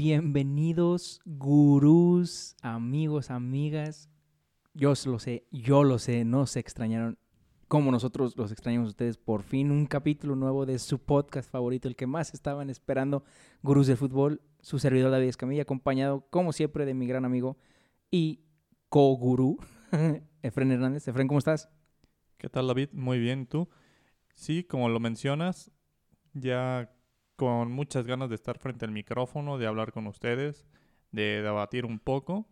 Bienvenidos, gurús, amigos, amigas. Yo lo sé, no se extrañaron como nosotros los extrañamos a ustedes. Por fin un capítulo nuevo de su podcast favorito, el que más estaban esperando, Gurús del Fútbol. Su servidor David Escamilla, acompañado como siempre de mi gran amigo y co-gurú, Efren Hernández. Efren, ¿cómo estás? ¿Qué tal, David? Muy bien, ¿y tú? Sí, como lo mencionas, ya con muchas ganas de estar frente al micrófono, de hablar con ustedes, de debatir un poco.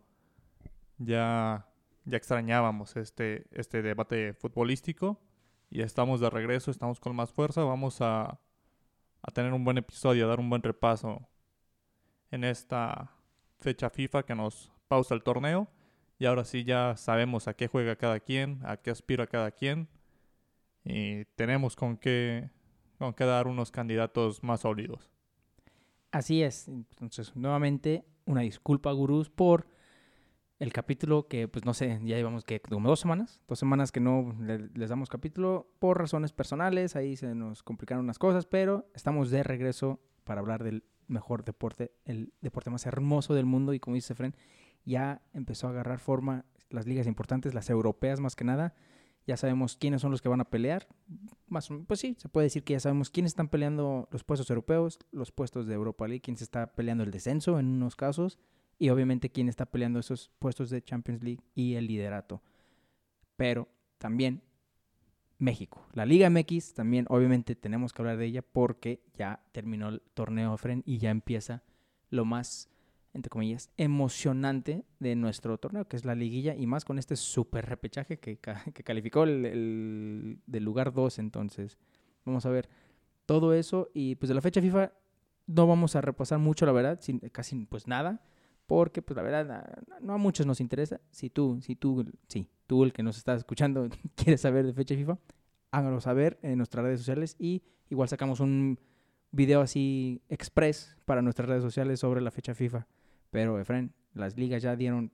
Ya extrañábamos este debate futbolístico y estamos de regreso, estamos con más fuerza. Vamos a tener un buen episodio, a dar un buen repaso en esta fecha FIFA que nos pausa el torneo. Y ahora sí ya sabemos a qué juega cada quien, a qué aspira cada quien. Y tenemos con qué dar unos candidatos más sólidos. Así es. Entonces, nuevamente, una disculpa, gurús, por el capítulo que, pues no sé, ya llevamos que como 2 semanas que no les damos capítulo por razones personales. Ahí se nos complicaron unas cosas, pero estamos de regreso para hablar del mejor deporte, el deporte más hermoso del mundo. Y como dice Fren, ya empezó a agarrar forma las ligas importantes, las europeas más que nada. Ya sabemos quiénes son los que van a pelear. Pues sí, se puede decir que ya sabemos quiénes están peleando los puestos europeos, los puestos de Europa League, quién se está peleando el descenso en unos casos y obviamente quién está peleando esos puestos de Champions League y el liderato. Pero también México. La Liga MX también obviamente tenemos que hablar de ella porque ya terminó el torneo Fren y ya empieza lo más, entre comillas, emocionante de nuestro torneo, que es la liguilla, y más con este super repechaje que calificó del lugar 2. Entonces, vamos a ver todo eso. Y pues de la fecha FIFA no vamos a repasar mucho, la verdad, casi pues nada, porque pues la verdad no a muchos nos interesa. Si tú, el que nos estás escuchando, quieres saber de fecha FIFA, háganlo saber en nuestras redes sociales y igual sacamos un video así express para nuestras redes sociales sobre la fecha FIFA. Pero, Efren, las ligas ya dieron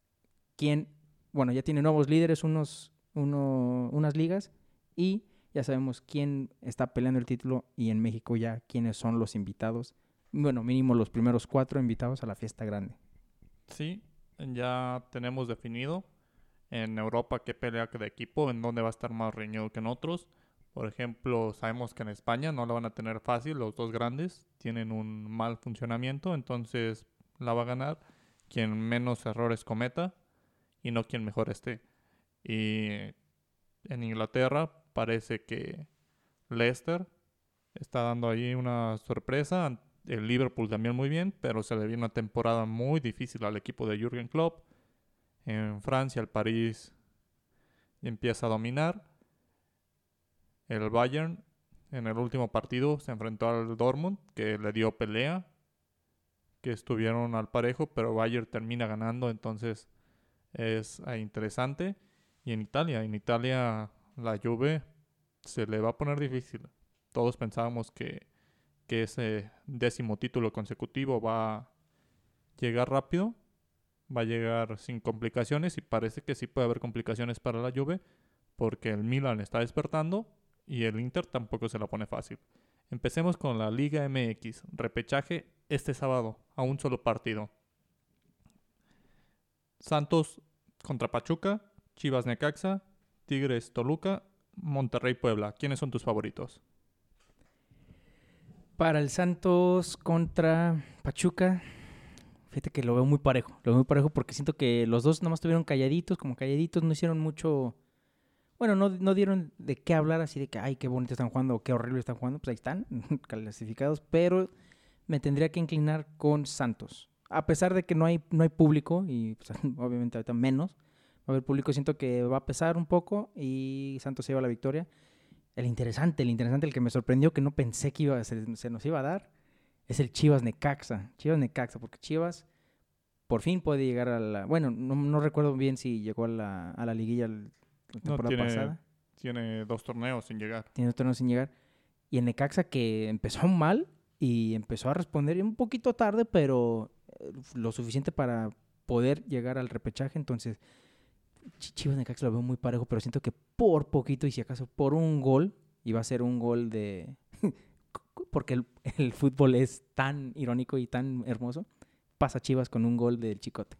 ya tiene nuevos líderes unas ligas y ya sabemos quién está peleando el título y en México ya quiénes son los invitados. Bueno, mínimo los primeros 4 invitados a la fiesta grande. Sí, ya tenemos definido en Europa qué pelea cada equipo, en dónde va a estar más reñido que en otros. Por ejemplo, sabemos que en España no la van a tener fácil, los dos grandes tienen un mal funcionamiento, entonces la va a ganar quien menos errores cometa y no quien mejor esté. Y en Inglaterra parece que Leicester está dando ahí una sorpresa. El Liverpool también muy bien, pero se le viene una temporada muy difícil al equipo de Jürgen Klopp. En Francia el París empieza a dominar. El Bayern en el último partido se enfrentó al Dortmund, que le dio pelea, que estuvieron al parejo, pero Bayern termina ganando, entonces es interesante. Y en Italia la Juve se le va a poner difícil. Todos pensábamos que ese 10º título consecutivo va a llegar rápido, va a llegar sin complicaciones y parece que sí puede haber complicaciones para la Juve porque el Milan está despertando y el Inter tampoco se la pone fácil. Empecemos con la Liga MX, repechaje este sábado a un solo partido. Santos contra Pachuca, Chivas Necaxa, Tigres Toluca, Monterrey Puebla. ¿Quiénes son tus favoritos? Para el Santos contra Pachuca, fíjate que lo veo muy parejo. Lo veo muy parejo porque siento que los dos nomás estuvieron calladitos, no hicieron mucho. Bueno, no dieron de qué hablar así de que, ay, qué bonito están jugando o qué horrible están jugando. Pues ahí están, clasificados. Pero me tendría que inclinar con Santos. A pesar de que no hay público y pues, obviamente ahorita menos, va a haber público, siento que va a pesar un poco y Santos se lleva la victoria. El que me sorprendió, que no pensé que se nos iba a dar, es el Chivas Necaxa. Chivas Necaxa, porque Chivas por fin puede llegar a la... Bueno, no recuerdo bien si llegó a la liguilla la No, temporada pasada. tiene 2 torneos sin llegar. Tiene otro torneo sin llegar. Y el Necaxa que empezó mal y empezó a responder un poquito tarde, pero lo suficiente para poder llegar al repechaje. Entonces, Chivas Necaxa lo veo muy parejo, pero siento que por poquito y si acaso por un gol, y va a ser un gol de... porque el fútbol es tan irónico y tan hermoso, pasa Chivas con un gol del Chicote.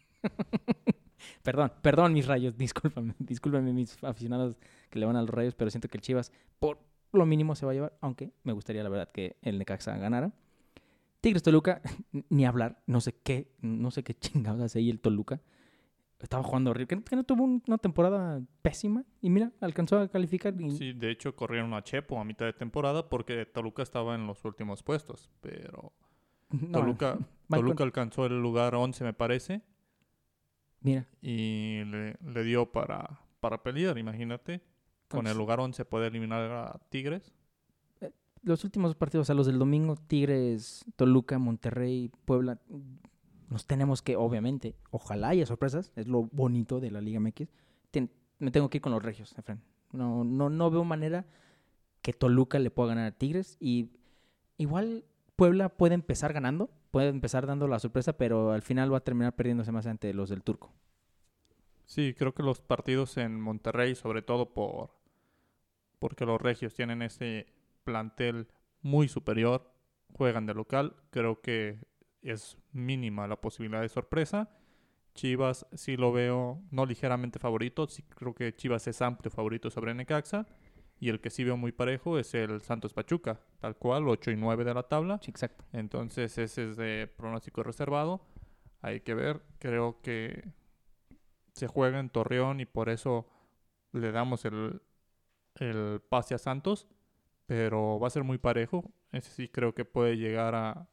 Perdón, mis Rayos, discúlpame mis aficionados que le van a los Rayos, pero siento que el Chivas por lo mínimo se va a llevar, aunque me gustaría la verdad que el Necaxa ganara. Tigres Toluca, ni hablar, no sé qué chingados hace ahí el Toluca. Estaba jugando horrible, que no tuvo una temporada pésima y mira, alcanzó a calificar. Sí, de hecho corrieron a Chepo a mitad de temporada porque Toluca estaba en los últimos puestos, pero No, Toluca alcanzó el lugar 11 me parece. Mira. Y le dio para pelear, imagínate. Con el lugar 11 puede eliminar a Tigres. Los últimos partidos, o sea, los del domingo, Tigres, Toluca, Monterrey, Puebla, nos tenemos que, obviamente, ojalá haya sorpresas, es lo bonito de la Liga MX. Me tengo que ir con los regios, Efraín. No veo manera que Toluca le pueda ganar a Tigres. Y igual Puebla puede empezar ganando, puede empezar dando la sorpresa, pero al final va a terminar perdiéndose más ante los del Turco. Sí, creo que los partidos en Monterrey, sobre todo porque los regios tienen ese plantel muy superior, juegan de local, creo que es mínima la posibilidad de sorpresa. Chivas sí lo veo no ligeramente favorito, sí creo que Chivas es amplio favorito sobre Necaxa. Y el que sí veo muy parejo es el Santos Pachuca, tal cual, 8 y 9 de la tabla. Sí, exacto. Entonces ese es de pronóstico reservado. Hay que ver, creo que se juega en Torreón y por eso le damos el pase a Santos. Pero va a ser muy parejo. Ese sí creo que puede llegar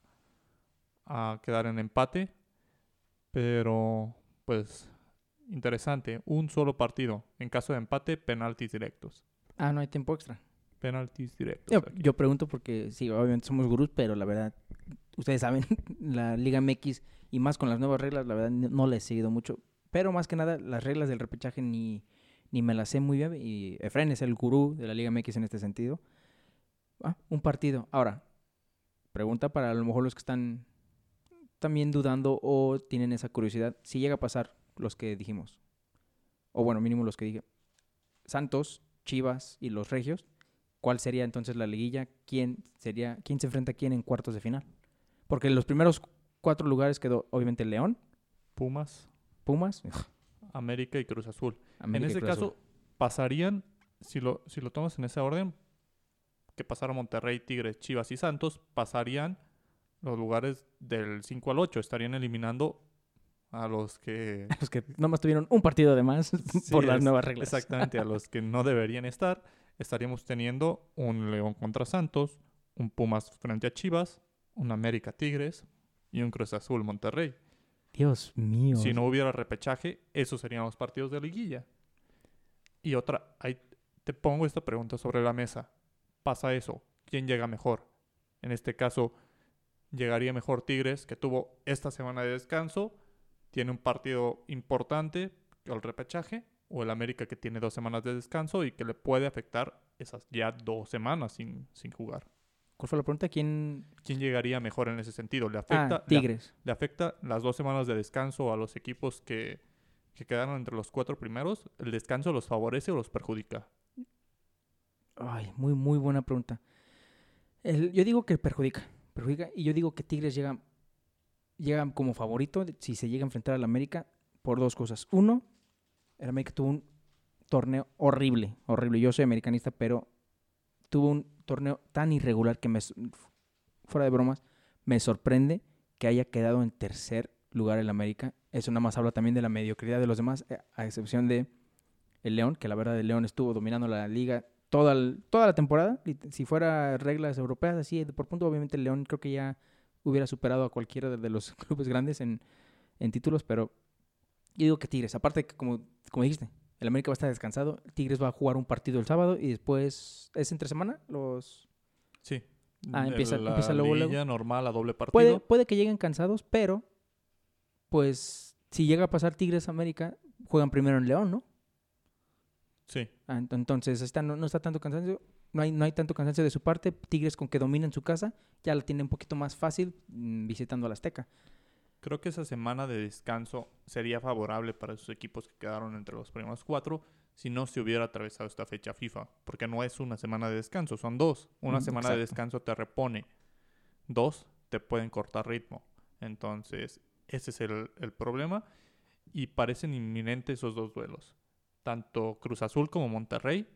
a quedar en empate. Pero, pues, interesante. Un solo partido. En caso de empate, penaltis directos. Ah, no hay tiempo extra. Penaltis directos. Yo pregunto porque, sí, obviamente somos gurús, pero la verdad, ustedes saben, la Liga MX y más con las nuevas reglas, la verdad no les he seguido mucho. Pero más que nada, las reglas del repechaje ni me las sé muy bien. Y Efraín es el gurú de la Liga MX en este sentido. Un partido. Ahora, pregunta para a lo mejor los que están también dudando o tienen esa curiosidad. Si llega a pasar los que dijimos, o bueno, mínimo los que dije, Santos, Chivas y los Regios, ¿cuál sería entonces la liguilla? ¿Quién se enfrenta a quién en cuartos de final? Porque en los primeros 4 lugares quedó obviamente León, Pumas, América y Cruz Azul. América en ese caso, pasarían, si lo tomas en esa orden, que pasara Monterrey, Tigres, Chivas y Santos, pasarían los lugares del 5 al 8. Estarían eliminando a los que... los que nomás tuvieron un partido de más por las nuevas reglas. Exactamente, a los que no deberían estar. Estaríamos teniendo un León contra Santos, un Pumas frente a Chivas, un América Tigres y un Cruz Azul Monterrey. Dios mío. Si no hubiera repechaje, esos serían los partidos de liguilla. Y otra, ahí te pongo esta pregunta sobre la mesa. Pasa eso, ¿quién llega mejor? En este caso, llegaría mejor Tigres, que tuvo esta semana de descanso, tiene un partido importante, el repechaje, o el América que tiene 2 semanas de descanso y que le puede afectar esas ya 2 semanas sin jugar. ¿Cuál fue la pregunta? ¿Quién llegaría mejor en ese sentido? ¿Le afecta, Tigres. ¿Le afecta las 2 semanas de descanso a los equipos que quedaron entre los 4 primeros? ¿El descanso los favorece o los perjudica? Ay, muy, muy buena pregunta. Yo digo que perjudica. Y yo digo que Tigres llega como favorito si se llega a enfrentar al América por 2 cosas. Uno, el América tuvo un torneo horrible. Yo soy americanista, pero tuvo un torneo tan irregular que fuera de bromas, me sorprende que haya quedado en tercer lugar el América. Eso nada más habla también de la mediocridad de los demás, a excepción de el León, que la verdad el León estuvo dominando la liga toda la temporada. Si fuera reglas europeas, así por punto, obviamente el León creo que ya hubiera superado a cualquiera de los clubes grandes en títulos, pero yo digo que Tigres, aparte de que como dijiste, el América va a estar descansado, Tigres va a jugar un partido el sábado y después, ¿es entre semana? Sí. Empieza la luego. liguilla normal a doble partido. Puede que lleguen cansados, pero pues si llega a pasar Tigres América, juegan primero en León, ¿no? Sí. Entonces no está tanto cansancio, no hay tanto cansancio de su parte. Tigres con que domina en su casa ya la tiene un poquito más fácil visitando al Azteca. Creo que esa semana de descanso sería favorable para esos equipos que quedaron entre los primeros 4 si no se hubiera atravesado esta fecha FIFA. Porque no es una semana de descanso, son 2. Una semana de descanso te repone. 2, te pueden cortar ritmo. Entonces, ese es el problema. Y parecen inminentes esos dos duelos. Tanto Cruz Azul como Monterrey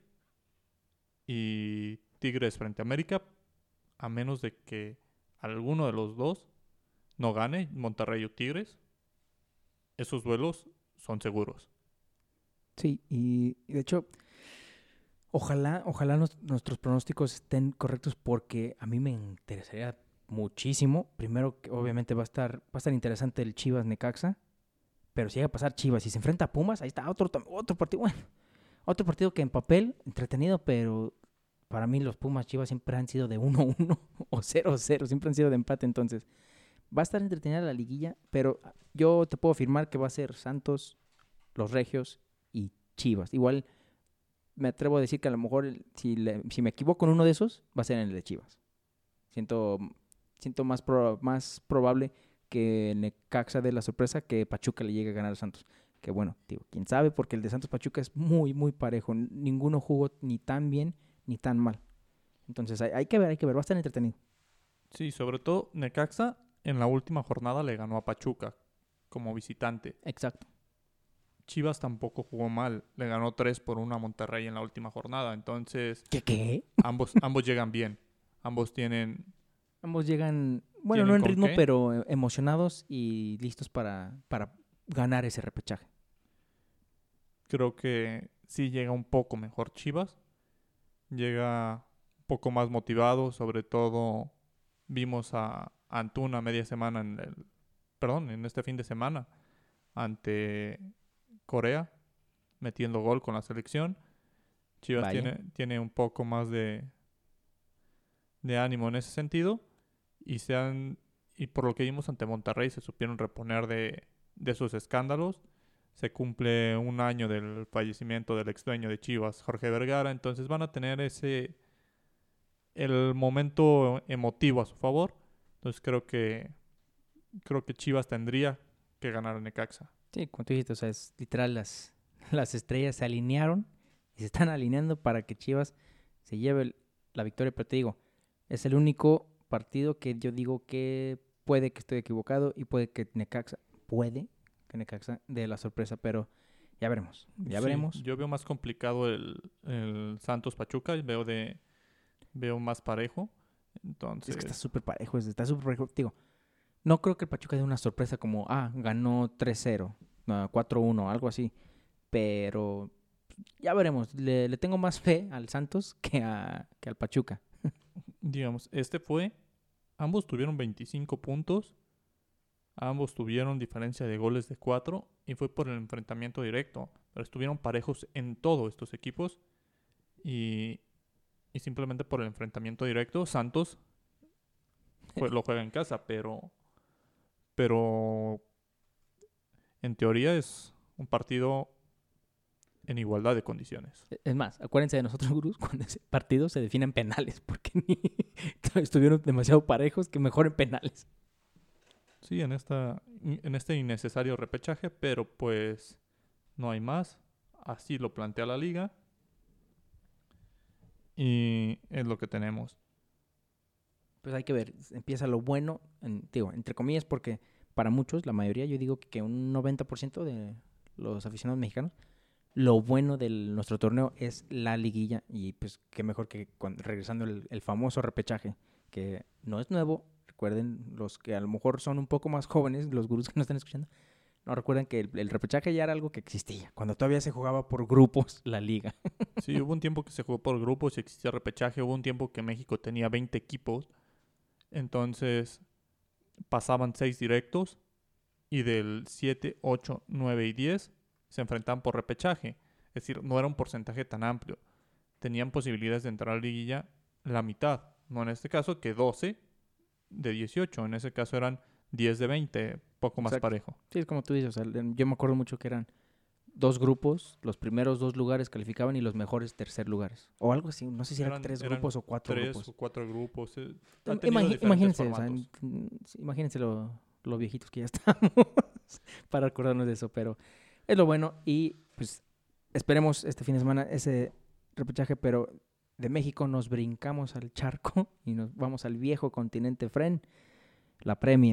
y Tigres frente a América, a menos de que alguno de los dos no gane, Monterrey o Tigres, esos duelos son seguros. Sí, y de hecho, ojalá nuestros pronósticos estén correctos porque a mí me interesaría muchísimo. Primero, que obviamente va a estar interesante el Chivas Necaxa, pero si llega a pasar Chivas y se enfrenta a Pumas, ahí está otro partido, bueno, otro partido que en papel entretenido, pero para mí los Pumas Chivas siempre han sido de 1-1 o 0-0, siempre han sido de empate, entonces va a estar entretenida la liguilla, pero yo te puedo afirmar que va a ser Santos, los Regios y Chivas. Igual me atrevo a decir que a lo mejor si me equivoco en uno de esos, va a ser en el de Chivas. Siento más probable que Necaxa dé la sorpresa que Pachuca le llegue a ganar a Santos. Que bueno, digo, quién sabe, porque el de Santos Pachuca es muy, muy parejo. Ninguno jugó ni tan bien ni tan mal. Entonces hay que ver, va a estar entretenido. Sí, sobre todo Necaxa en la última jornada le ganó a Pachuca como visitante. Exacto. Chivas tampoco jugó mal, le ganó 3-1 a Monterrey en la última jornada. Entonces, ¿Qué? ambos llegan bien. Ambos Ambos llegan, bueno, no tienen en con ritmo, qué. pero emocionados y listos para ganar ese repechaje. Creo que sí llega un poco mejor Chivas. Llega un poco más motivado. Sobre todo vimos a Antuna media semana en este fin de semana ante Corea, metiendo gol con la selección. Chivas Vaya. tiene un poco más de ánimo en ese sentido. Y por lo que vimos ante Monterrey, se supieron reponer de esos escándalos. Se cumple un año del fallecimiento del ex dueño de Chivas, Jorge Vergara. Entonces van a tener el momento emotivo a su favor. Entonces creo que Chivas tendría que ganar a Necaxa. Sí, como tú dijiste, o sea, es literal, las estrellas se alinearon y se están alineando para que Chivas se lleve la victoria. Pero te digo, es el único partido que yo digo que puede que estoy equivocado y puede que Necaxa dé la sorpresa, pero ya veremos, ya Sí, veremos. yo veo más complicado el Santos Pachuca. Veo más parejo. Es que está Entonces, súper parejo, Digo, no creo que el Pachuca dé una sorpresa como, ganó 3-0, no, 4-1, algo así. Pero ya veremos. Le tengo más fe al Santos que al Pachuca. digamos, ambos tuvieron 25 puntos. Ambos tuvieron diferencia de goles de 4 y fue por el enfrentamiento directo. Pero estuvieron parejos en todos estos equipos y, y simplemente por el enfrentamiento directo Santos lo juega en casa, pero en teoría es un partido en igualdad de condiciones. Es más, acuérdense de nosotros, gurús, cuando ese partido se define en penales, porque estuvieron demasiado parejos que mejor en penales. Sí, en este innecesario repechaje, pero pues no hay más. Así lo plantea la liga y es lo que tenemos. Pues hay que ver, empieza lo bueno, digo, entre comillas, porque para muchos, la mayoría, yo digo que un 90% de los aficionados mexicanos, lo bueno de nuestro torneo es la liguilla y pues qué mejor que regresando el famoso repechaje, que no es nuevo. Recuerden, los que a lo mejor son un poco más jóvenes, los gurús que nos están escuchando, no recuerdan que el repechaje ya era algo que existía, cuando todavía se jugaba por grupos la liga. Sí, hubo un tiempo que se jugó por grupos y existía repechaje. Hubo un tiempo que México tenía 20 equipos. Entonces pasaban 6 directos y del 7, 8, 9 y 10 se enfrentaban por repechaje. Es decir, no era un porcentaje tan amplio. Tenían posibilidades de entrar a la liguilla la mitad. No en este caso que 12 de 18. En ese caso eran 10 de 20, poco más Exacto. parejo. Sí, es como tú dices, o sea, yo me acuerdo mucho que eran dos grupos, los primeros dos lugares calificaban y los mejores tercer lugares. O algo así, no sé si eran tres Eran grupos o cuatro 3 grupos. o 4 grupos. Ha tenido diferentes Imagínense, o sea, formatos. imagínense lo viejitos que ya estamos para acordarnos de eso, pero es lo bueno y pues esperemos este fin de semana ese repechaje, pero de México nos brincamos al charco y nos vamos al viejo continente Fren, la Premier.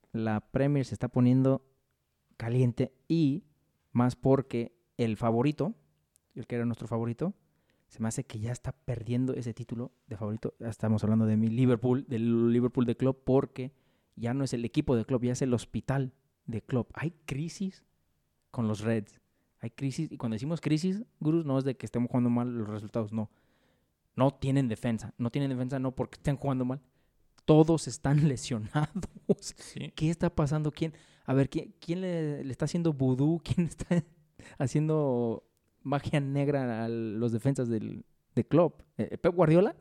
la Premier se está poniendo caliente y más porque el favorito, el que era nuestro favorito, se me hace que ya está perdiendo ese título de favorito. Ya estamos hablando de mi Liverpool, del Liverpool de Klopp, porque ya no es el equipo de Klopp, ya es el hospital de Klopp. Hay crisis con los Reds. Hay crisis, y cuando decimos crisis, Gurús, no es de que estemos jugando mal los resultados, no. No tienen defensa. No tienen defensa no porque estén jugando mal. Todos están lesionados. Sí. ¿Qué está pasando? A ver, ¿quién le está haciendo vudú? ¿Quién está haciendo magia negra a los defensas de Klopp? ¿Pep Guardiola?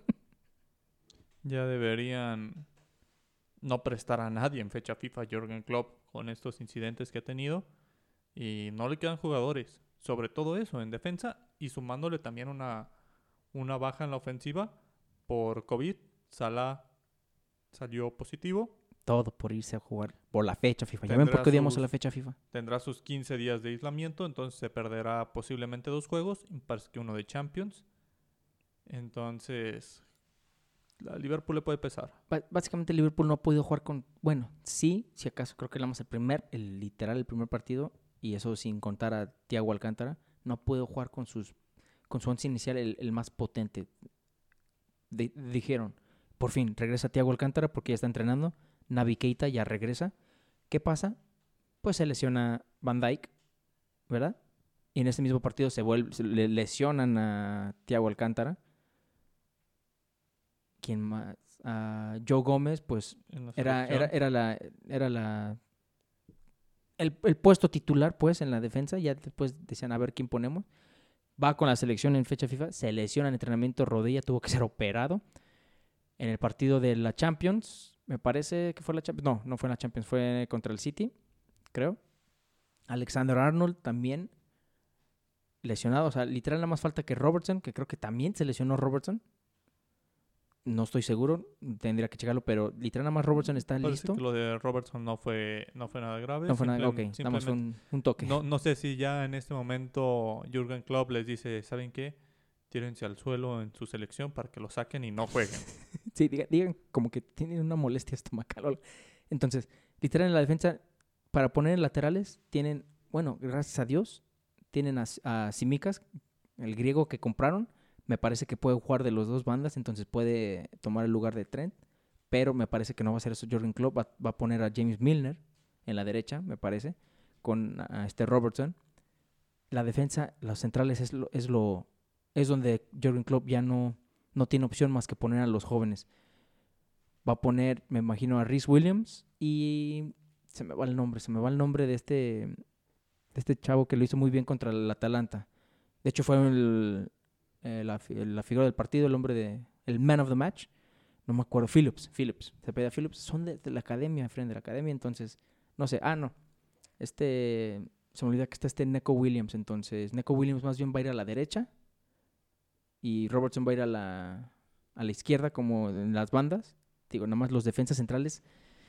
Ya deberían no prestar a nadie en fecha FIFA Jürgen Klopp con estos incidentes que ha tenido. Y no le quedan jugadores. Sobre todo eso, en defensa. Y sumándole también una baja en la ofensiva por COVID. Salah salió positivo. Todo por irse a jugar por la fecha FIFA. ¿Ya ven por qué odiamos a la fecha FIFA? Tendrá sus 15 días de aislamiento. Entonces se perderá posiblemente 2 juegos. Me parece que uno de Champions. Entonces, a Liverpool le puede pesar. Básicamente Liverpool no ha podido jugar con... Bueno, sí, si acaso creo que el primer partido, y eso sin contar a Thiago Alcántara, no ha podido jugar con su once inicial, el más potente. Dijeron, por fin, regresa Thiago Alcántara porque ya está entrenando. Naby Keita ya regresa. ¿Qué pasa? Pues se lesiona Van Dijk, ¿verdad? Y en este mismo partido le lesionan a Thiago Alcántara. ¿Quién más? Joe Gómez, pues era el puesto titular, pues, en la defensa. Ya después decían a ver quién ponemos. Va con la selección en fecha FIFA, se lesiona en entrenamiento rodilla, tuvo que ser operado. En el partido de la Champions, me parece que fue la Champions. No fue en la Champions, fue contra el City, creo. Alexander Arnold también lesionado. O sea, literal nada más falta que Robertson, que creo que también se lesionó Robertson. No estoy seguro, tendría que checarlo, pero literal nada más Robertson está Parece listo. que lo de Robertson no fue nada grave. No fue nada, ok, nada más fue un toque. No sé si ya en este momento Jürgen Klopp les dice, ¿saben qué? Tírense al suelo en su selección para que lo saquen y no jueguen. Sí, digan como que tienen una molestia estomacal. Entonces, literal en la defensa, para poner en laterales, tienen, bueno, gracias a Dios, tienen a Tsimikas, el griego que compraron. Me parece que puede jugar de los dos bandas, entonces puede tomar el lugar de Trent. Pero me parece que no va a hacer eso Jürgen Klopp. Va a poner a James Milner en la derecha, me parece, con Robertson. La defensa, los centrales es donde Jürgen Klopp ya no tiene opción más que poner a los jóvenes. Va a poner, me imagino, a Reece Williams y se me va el nombre de este chavo que lo hizo muy bien contra el Atalanta. De hecho, fue la figura del partido, el man of the match. No me acuerdo, Phillips, se pedía Phillips. Son de la academia, de la academia, entonces, no sé, se me olvida que está Neco Williams, entonces, Neco Williams más bien va a ir a la derecha y Robertson va a ir a la izquierda como en las bandas. Digo, nada más los defensas centrales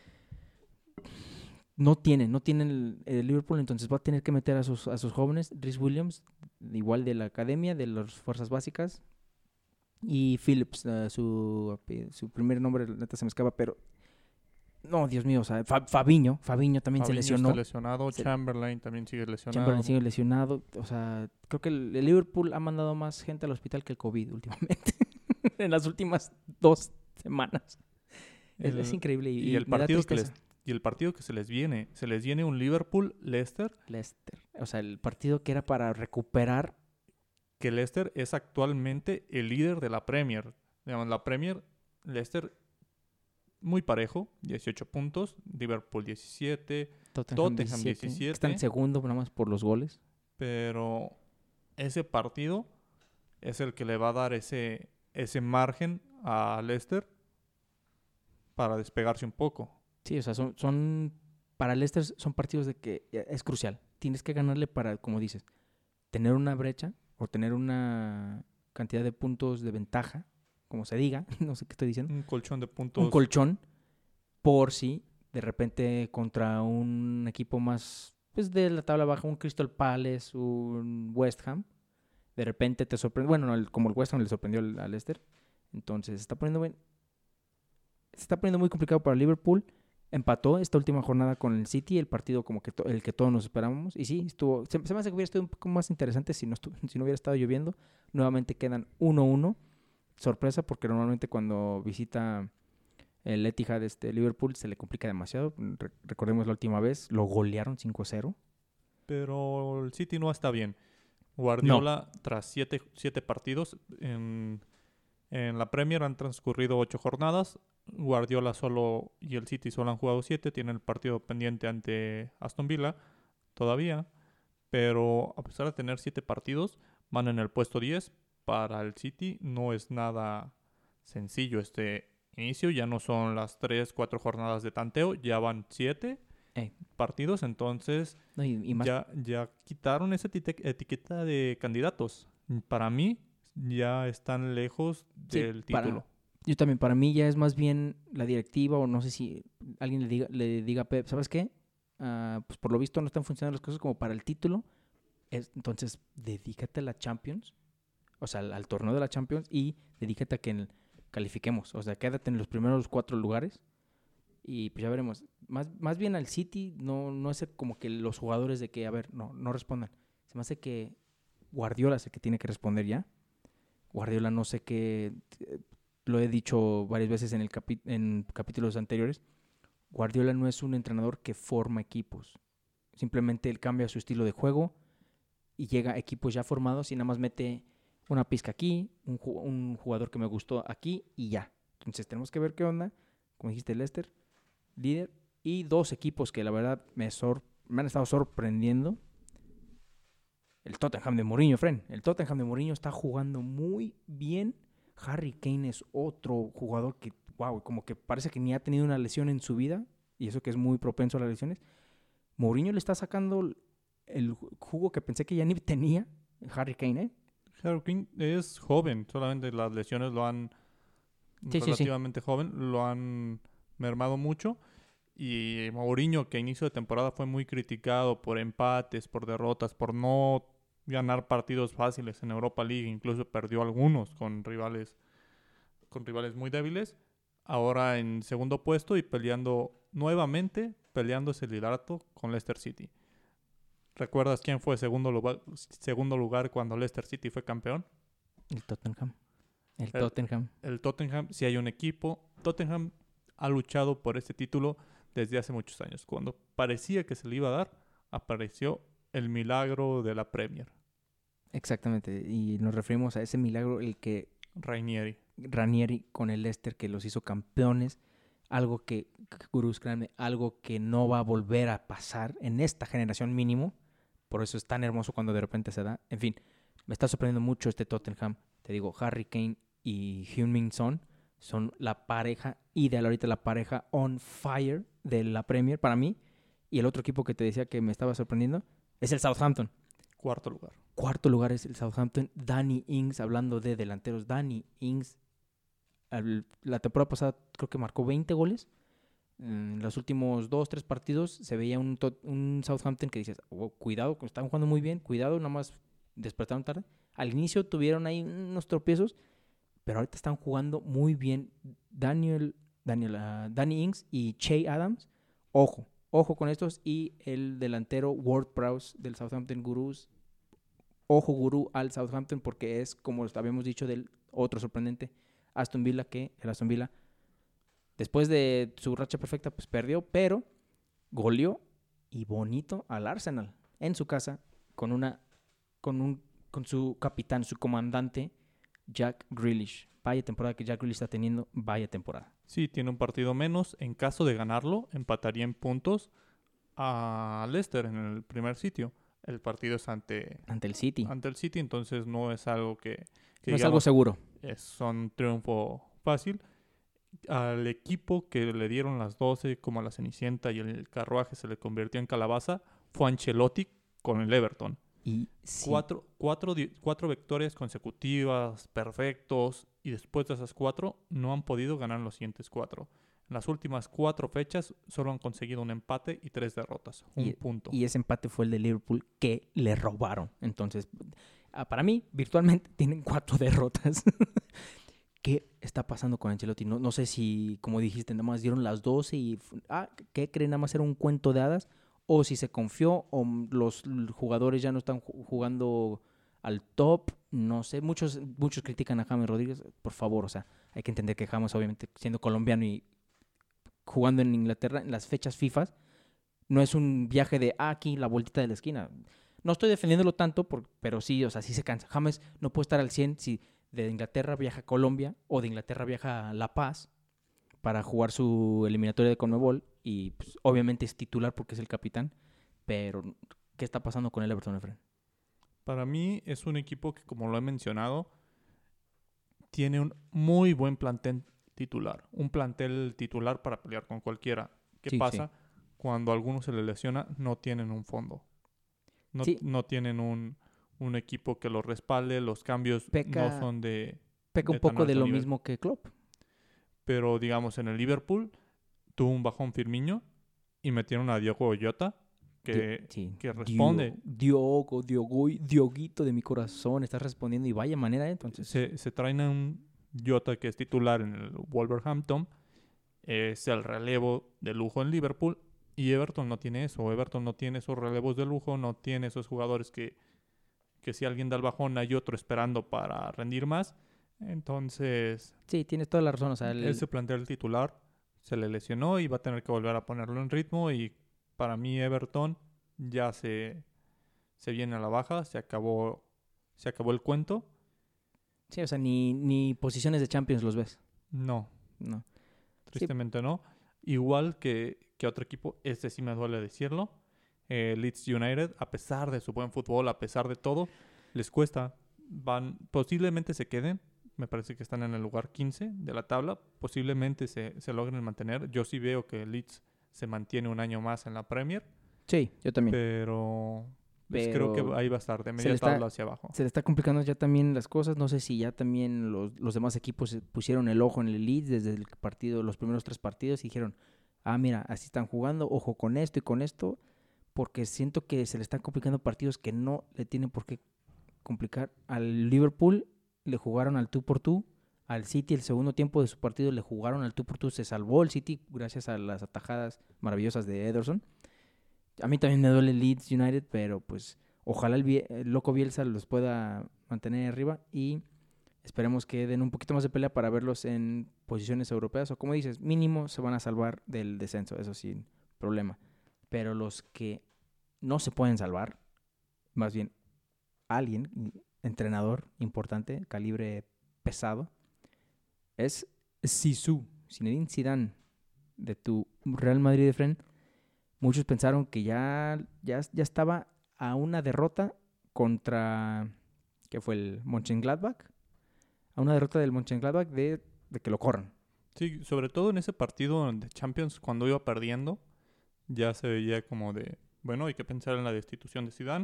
no tienen el Liverpool, entonces va a tener que meter a sus jóvenes. Reece Williams, igual de la academia, de las fuerzas básicas, y Phillips, su primer nombre neta se me escapa, pero no, Dios mío, o sea, Fabinho también se lesionó. Está lesionado, Chamberlain también sigue lesionado. Chamberlain sigue lesionado, o sea, creo que el Liverpool ha mandado más gente al hospital que el COVID últimamente, en las últimas 2 semanas. Es increíble y el partido que se les viene un Liverpool-Leicester. O sea, el partido que era para recuperar. Que Leicester es actualmente el líder de la Premier. Digamos, la Premier, Leicester muy parejo, 18 puntos, Liverpool 17, Tottenham 17. Está en segundo nada más por los goles. Pero ese partido es el que le va a dar ese margen a Leicester para despegarse un poco. Sí, o sea, son para Leicester son partidos de que es crucial. Tienes que ganarle para, como dices, tener una brecha o tener una cantidad de puntos de ventaja, como se diga, no sé qué estoy diciendo. Un colchón de puntos. Un colchón por si de repente contra un equipo más pues de la tabla baja, un Crystal Palace, un West Ham, de repente te sorprende. Bueno, como el West Ham le sorprendió al Leicester. Entonces se está poniendo muy complicado para Liverpool Empató esta última jornada con el City, el partido como que el que todos nos esperábamos. Y sí, se me hace que hubiera estado un poco más interesante si si no hubiera estado lloviendo. Nuevamente quedan 1-1. Sorpresa, porque normalmente cuando visita el Etihad Liverpool se le complica demasiado. Recordemos la última vez, lo golearon 5-0. Pero el City no está bien. No. Guardiola, tras siete partidos en la Premier, han transcurrido 8 jornadas. Guardiola solo y el City solo han jugado 7. Tienen el partido pendiente ante Aston Villa todavía. Pero a pesar de tener 7 partidos, van en el puesto 10. Para el City no es nada sencillo este inicio. Ya no son las 3, 4 jornadas de tanteo. Ya van 7 partidos. Entonces No, y más... ya quitaron esa etiqueta de candidatos. Para mí ya están lejos del título. Yo también, para mí ya es más bien la directiva, o no sé si alguien le diga a Pep, ¿sabes qué? Pues por lo visto no están funcionando las cosas como para el título. Entonces, dedícate a la Champions, o sea, al torneo de la Champions, y dedícate a que califiquemos. O sea, quédate en los primeros 4 lugares y pues ya veremos. Más bien al City no es como que los jugadores de que, a ver, no respondan. Se me hace que Guardiola es el que tiene que responder ya. Guardiola no sé qué... Lo he dicho varias veces en capítulos anteriores. Guardiola no es un entrenador que forma equipos. Simplemente él cambia su estilo de juego y llega a equipos ya formados y nada más mete una pizca aquí, un jugador que me gustó aquí y ya. Entonces tenemos que ver qué onda. Como dijiste, Leicester, líder, y 2 equipos que la verdad me han estado sorprendiendo. El Tottenham de Mourinho, Fren. El Tottenham de Mourinho está jugando muy bien. Harry Kane es otro jugador que, wow, como que parece que ni ha tenido una lesión en su vida, y eso que es muy propenso a las lesiones. Mourinho le está sacando el jugo que pensé que ya ni tenía Harry Kane, ¿eh? Harry Kane es joven, solamente las lesiones lo han relativamente joven, lo han mermado mucho. Y Mourinho, que a inicio de temporada fue muy criticado por empates, por derrotas, por no ganar partidos fáciles en Europa League, incluso perdió algunos con rivales muy débiles. Ahora en segundo puesto y nuevamente peleándose el liderato con Leicester City. ¿Recuerdas quién fue segundo lugar cuando Leicester City fue campeón? El Tottenham. El Tottenham, si hay un equipo. Tottenham ha luchado por este título desde hace muchos años. Cuando parecía que se le iba a dar, apareció el milagro de la Premier. Exactamente, y nos referimos a ese milagro, el que Ranieri con el Leicester, que los hizo campeones. Algo que, gurús, créanme, algo que no va a volver a pasar en esta generación mínimo. Por eso es tan hermoso cuando de repente se da. En fin, me está sorprendiendo mucho este Tottenham. Te digo, Harry Kane y Heung-min son la pareja ideal ahorita, la pareja on fire de la Premier para mí. Y el otro equipo que te decía que me estaba sorprendiendo es el Southampton. Cuarto lugar es el Southampton. Danny Ings, hablando de delanteros, Danny Ings, la temporada pasada creo que marcó 20 goles. En los últimos 2-3 partidos se veía un Southampton que dices, oh, cuidado, están jugando muy bien, cuidado, nada más despertaron tarde. Al inicio tuvieron ahí unos tropiezos, pero ahorita están jugando muy bien. Danny Ings y Che Adams, ojo con estos, y el delantero Ward-Prowse del Southampton Gurús. Ojo, gurú, al Southampton, porque es, como habíamos dicho, del otro sorprendente Aston Villa, que el Aston Villa, después de su racha perfecta, pues perdió, pero goleó y bonito al Arsenal en su casa con su capitán, su comandante, Jack Grealish. Vaya temporada que Jack Grealish está teniendo, vaya temporada. Sí, tiene un partido menos. En caso de ganarlo, empataría en puntos a Leicester en el primer sitio. El partido es ante el City. Entonces no es algo que no digamos, es algo seguro. Es un triunfo fácil. Al equipo que le dieron las 12 como a la Cenicienta y el carruaje se le convirtió en calabaza fue Ancelotti con el Everton. Y sí. Cuatro victorias consecutivas, perfectos, y después de esas 4 no han podido ganar los siguientes 4. En las últimas 4 fechas solo han conseguido un empate y 3 derrotas. Un punto. Y ese empate fue el de Liverpool que le robaron. Entonces, para mí, virtualmente tienen 4 derrotas. ¿qué está pasando con Ancelotti? No sé si, como dijiste, nada más dieron las 12 y, ¿qué creen? Nada más era un cuento de hadas. O si se confió, o los jugadores ya no están jugando al top. No sé, muchos critican a James Rodríguez. Por favor, o sea, hay que entender que James, obviamente, siendo colombiano y jugando en Inglaterra, en las fechas FIFA, no es un viaje de aquí, la vueltita de la esquina. No estoy defendiéndolo tanto, pero sí, o sea, sí se cansa. James no puede estar al 100 si de Inglaterra viaja a Colombia o de Inglaterra viaja a La Paz para jugar su eliminatoria de Conmebol y pues, obviamente es titular porque es el capitán, pero ¿qué está pasando con el Everton, Efren? Para mí es un equipo que, como lo he mencionado, tiene un muy buen plantel titular. Un plantel titular para pelear con cualquiera. ¿Qué Sí, sí. pasa? Cuando a alguno se le lesiona, no tienen un fondo. Sí, No tienen un equipo que los respalde. Los cambios no peca, son peca un de tan poco de alto lo nivel. mismo que Klopp. Pero, digamos, en el Liverpool tuvo un bajón Firmino y metieron a Diogo Jota Sí, que responde. Dioguito de mi corazón, estás respondiendo y vaya manera, entonces. Se traen a un Jota que es titular en el Wolverhampton. Es el relevo de lujo en Liverpool. Y Everton no tiene eso. Everton no tiene esos relevos de lujo. No tiene esos jugadores que si alguien da el bajón hay otro esperando para rendir más. Entonces, Sí, tienes toda la razón, o sea, ese plantel titular se le lesionó y va a tener que volver a ponerlo en ritmo. Y para mí Everton ya se viene a la baja. Se acabó el cuento. sí, o sea, ni posiciones de Champions los ves. No, No. Sí, tristemente no. Igual que otro equipo, este sí me duele decirlo. Leeds United, a pesar de su buen fútbol, a pesar de todo, les cuesta. Posiblemente se queden. Me parece que están en el lugar 15 de la tabla. Posiblemente se logren mantener. Yo sí veo que Leeds se mantiene un año más en la Premier. sí, yo también. Pero pues creo que Pero ahí va a estar, de se le media está, tabla hacia abajo. se le está complicando ya también las cosas. No sé si ya también los demás equipos pusieron el ojo en el Leeds desde el partido, los primeros 3 partidos y dijeron, mira, así están jugando, ojo con esto y con esto, porque siento que se le están complicando partidos que no le tienen por qué complicar. Al Liverpool le jugaron al tú por tú. Al City el segundo tiempo de su partido le jugaron al tú por tú. Se salvó el City gracias a las atajadas maravillosas de Ederson. A mí también me duele el Leeds United, pero pues ojalá el loco Bielsa los pueda mantener arriba y esperemos que den un poquito más de pelea para verlos en posiciones europeas o como dices, mínimo se van a salvar del descenso, eso sin problema. Pero los que no se pueden salvar, más bien alguien, entrenador importante, calibre pesado, es Zizou, Zinedine Zidane, de tu Real Madrid de Fren. Muchos pensaron que ya estaba a una derrota contra, que fue el Mönchengladbach, a una derrota del Mönchengladbach de que lo corran. Sí, sobre todo en ese partido de Champions, cuando iba perdiendo, ya se veía como de, bueno, hay que pensar en la destitución de Zidane.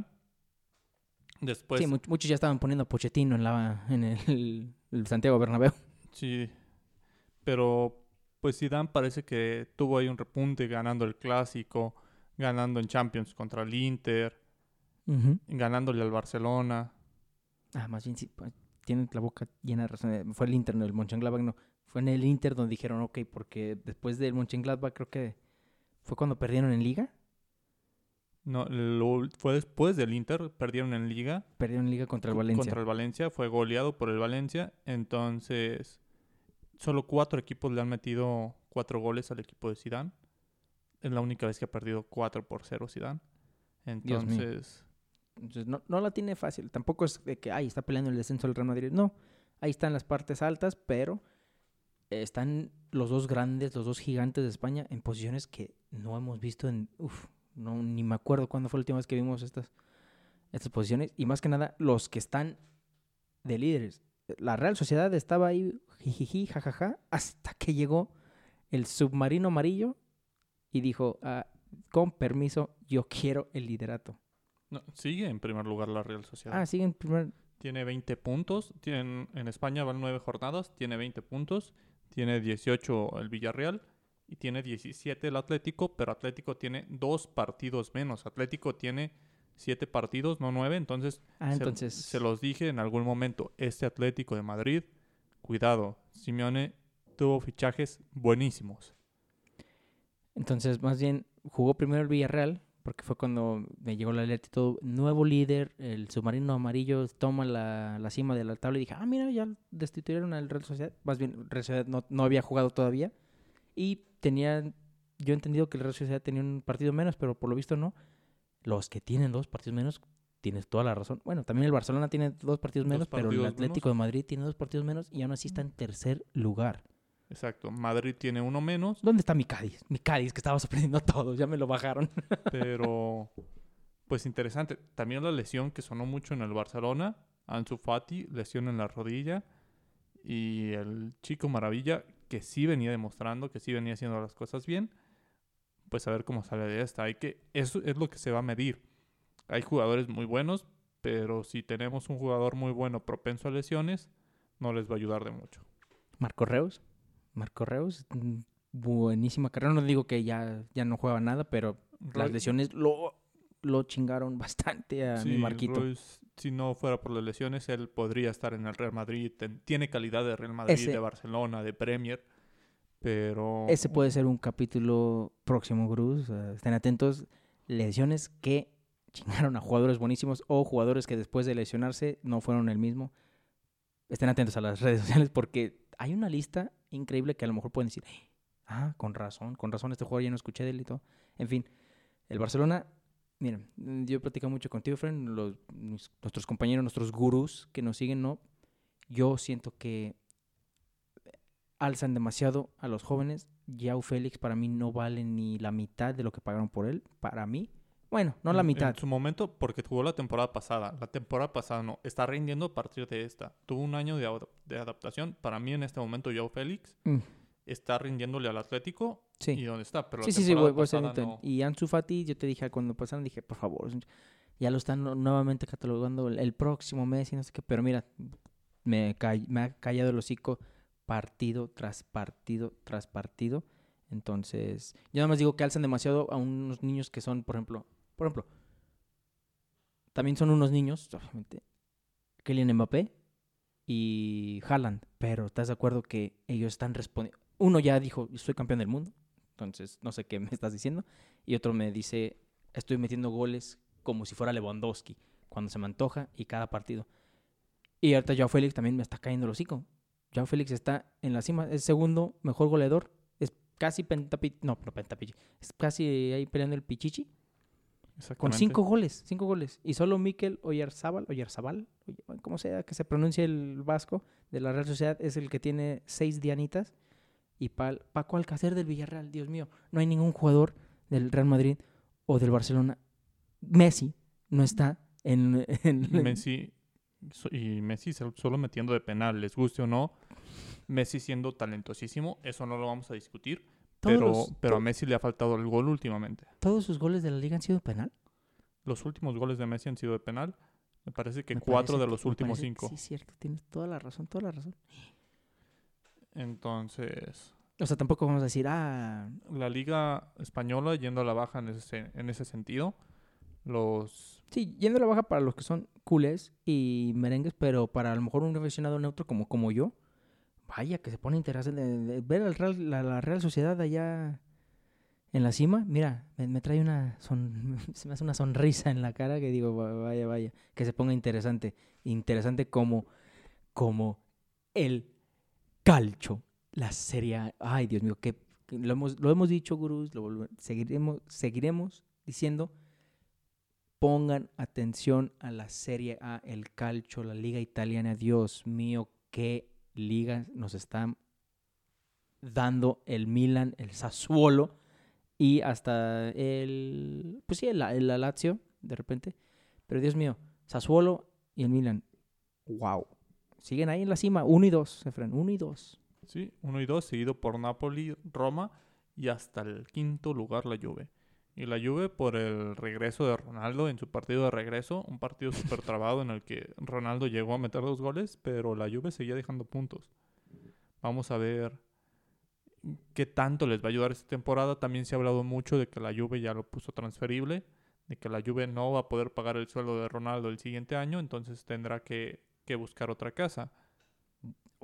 Sí, Después, muchos ya estaban poniendo a Pochettino en el Santiago Bernabéu. sí, pero pues Zidane parece que tuvo ahí un repunte ganando el Clásico, ganando en Champions contra el Inter, Ujú. ganándole al Barcelona. Más bien, sí, pues, tienen la boca llena de razón. Fue el Inter, no el Mönchengladbach, no. Fue en el Inter donde dijeron, ok, porque después del Mönchengladbach creo que fue cuando perdieron en Liga. No, fue después del Inter, perdieron en Liga Perdieron en Liga contra el Valencia. contra el Valencia, fue goleado por el Valencia. Entonces, solo 4 equipos le han metido 4 goles al equipo de Zidane. Es la única vez que ha perdido 4-0 Zidane. Dios mío. Entonces, Entonces, no la tiene fácil. Tampoco es de que, está peleando el descenso del Real Madrid. No, ahí están las partes altas, pero están los dos grandes, los dos gigantes de España en posiciones que no hemos visto no, ni me acuerdo cuándo fue la última vez que vimos estas posiciones. Y más que nada, los que están de líderes. La Real Sociedad estaba ahí, jijiji, jajaja, hasta que llegó el submarino amarillo y dijo, con permiso, yo quiero el liderato. no, sigue en primer lugar la Real Sociedad. Sigue en primer. Tiene 20 puntos. En España van 9 jornadas. Tiene 20 puntos. Tiene 18 el Villarreal. Y tiene 17 el Atlético. Pero Atlético tiene 2 partidos menos. Atlético tiene 7 partidos, no 9. Entonces, se Entonces, los dije en algún momento. Este Atlético de Madrid, cuidado, Simeone tuvo fichajes buenísimos. Entonces, más bien, jugó primero el Villarreal, porque fue cuando me llegó la alerta y todo. Nuevo líder, el submarino amarillo toma la cima de la tabla y dije, ah, mira, ya destituyeron al Real Sociedad. Más bien, Real Sociedad no había jugado todavía. Y yo he entendido que el Real Sociedad tenía un partido menos, pero por lo visto no. Los que tienen 2 partidos menos, tienes toda la razón. Bueno, también el Barcelona tiene 2 partidos menos, pero el Atlético de Madrid tiene 2 partidos menos y aún así está en tercer lugar. Exacto, Madrid tiene uno menos. ¿Dónde está mi Cádiz? Mi Cádiz, que estaba sorprendiendo a todos, ya me lo bajaron. Pero, pues interesante. También la lesión que sonó mucho en el Barcelona, Ansu Fati, lesión en la rodilla. Y el Chico Maravilla, que sí venía demostrando, que sí venía haciendo las cosas bien. Pues a ver cómo sale de esta. Eso es lo que se va a medir. Hay jugadores muy buenos, pero si tenemos un jugador muy bueno propenso a lesiones, no les va a ayudar de mucho. Marco Reus, buenísima carrera. No digo que ya no juega nada, pero las lesiones lo chingaron bastante a mi Marquito. Royce, si no fuera por las lesiones, él podría estar en el Real Madrid. Tiene calidad de Real Madrid, de Barcelona, de Premier. Pero ese puede ser un capítulo próximo, Cruz. Estén atentos. Lesiones que chingaron a jugadores buenísimos o jugadores que después de lesionarse no fueron el mismo. Estén atentos a las redes sociales porque hay una lista increíble que a lo mejor pueden decir, con razón, este jugador ya no escuché de él y todo. En fin, el Barcelona, miren, yo he platicado mucho contigo, Fren, nuestros compañeros, nuestros gurús que nos siguen, ¿no? Yo siento que alzan demasiado a los jóvenes. Joao Félix para mí no vale ni la mitad de lo que pagaron por él. Para mí, bueno, no la mitad. En su momento, porque jugó la temporada pasada. La temporada pasada no. Está rindiendo a partir de esta. Tuvo un año de adaptación. Para mí, en este momento, Joao Félix está rindiéndole al Atlético. Sí. Y donde está. Pero sí, voy a ser no. Y Ansu Fati, yo te dije cuando pasaron, dije, por favor, ya lo están nuevamente catalogando el próximo mes y no sé qué. Pero mira, me ha callado el hocico partido tras partido tras partido. Entonces, yo nada más digo que alzan demasiado a unos niños que son, por ejemplo, también son unos niños, obviamente, Kylian Mbappé y Haaland, pero ¿estás de acuerdo que ellos están respondiendo? Uno ya dijo, soy campeón del mundo, entonces no sé qué me estás diciendo, y otro me dice, estoy metiendo goles como si fuera Lewandowski, cuando se me antoja y cada partido. Y ahorita Joao Félix también me está cayendo el hocico. Joao Félix está en la cima, es segundo mejor goleador, es casi pentapichi, es casi ahí peleando el pichichi. Con 5 goles. Y solo Mikel Oyarzabal, como sea que se pronuncie el vasco, de la Real Sociedad, es el que tiene 6 dianitas. Y Paco Alcácer del Villarreal, Dios mío, no hay ningún jugador del Real Madrid o del Barcelona. Messi no está en Messi solo metiendo de penal, les guste o no. Messi siendo talentosísimo, eso no lo vamos a discutir. Pero a Messi le ha faltado el gol últimamente. ¿Todos sus goles de la liga han sido de penal? Los últimos goles de Messi han sido de penal. Me parece que 4 de los últimos 5. Sí, cierto. Tienes toda la razón. Entonces... O sea, tampoco vamos a decir, La Liga Española yendo a la baja en ese sentido. Sí, yendo a la baja para los que son culés y merengues, pero para a lo mejor un aficionado neutro como yo, vaya, que se pone interesante de ver la Real Sociedad allá en la cima. Mira, me trae se me hace una sonrisa en la cara que digo, vaya, que se ponga interesante. Interesante como el calcio, la Serie A. Ay, Dios mío, que lo hemos dicho, gurús, seguiremos diciendo, pongan atención a la Serie A, el calcio, la Liga Italiana. Dios mío, qué ligas nos están dando el Milan, el Sassuolo y hasta el Lazio de repente. Pero Dios mío, Sassuolo y el Milan, wow, siguen ahí en la cima, 1 y 2, Efraín, 1 y 2. Sí, 1 y 2, seguido por Napoli, Roma y hasta el 5º lugar la Juve. Y la Juve por el regreso de Ronaldo en su partido de regreso, un partido súper trabado en el que Ronaldo llegó a meter 2 goles, pero la Juve seguía dejando puntos. Vamos a ver qué tanto les va a ayudar esta temporada. También se ha hablado mucho de que la Juve ya lo puso transferible, de que la Juve no va a poder pagar el sueldo de Ronaldo el siguiente año, entonces tendrá que buscar otra casa.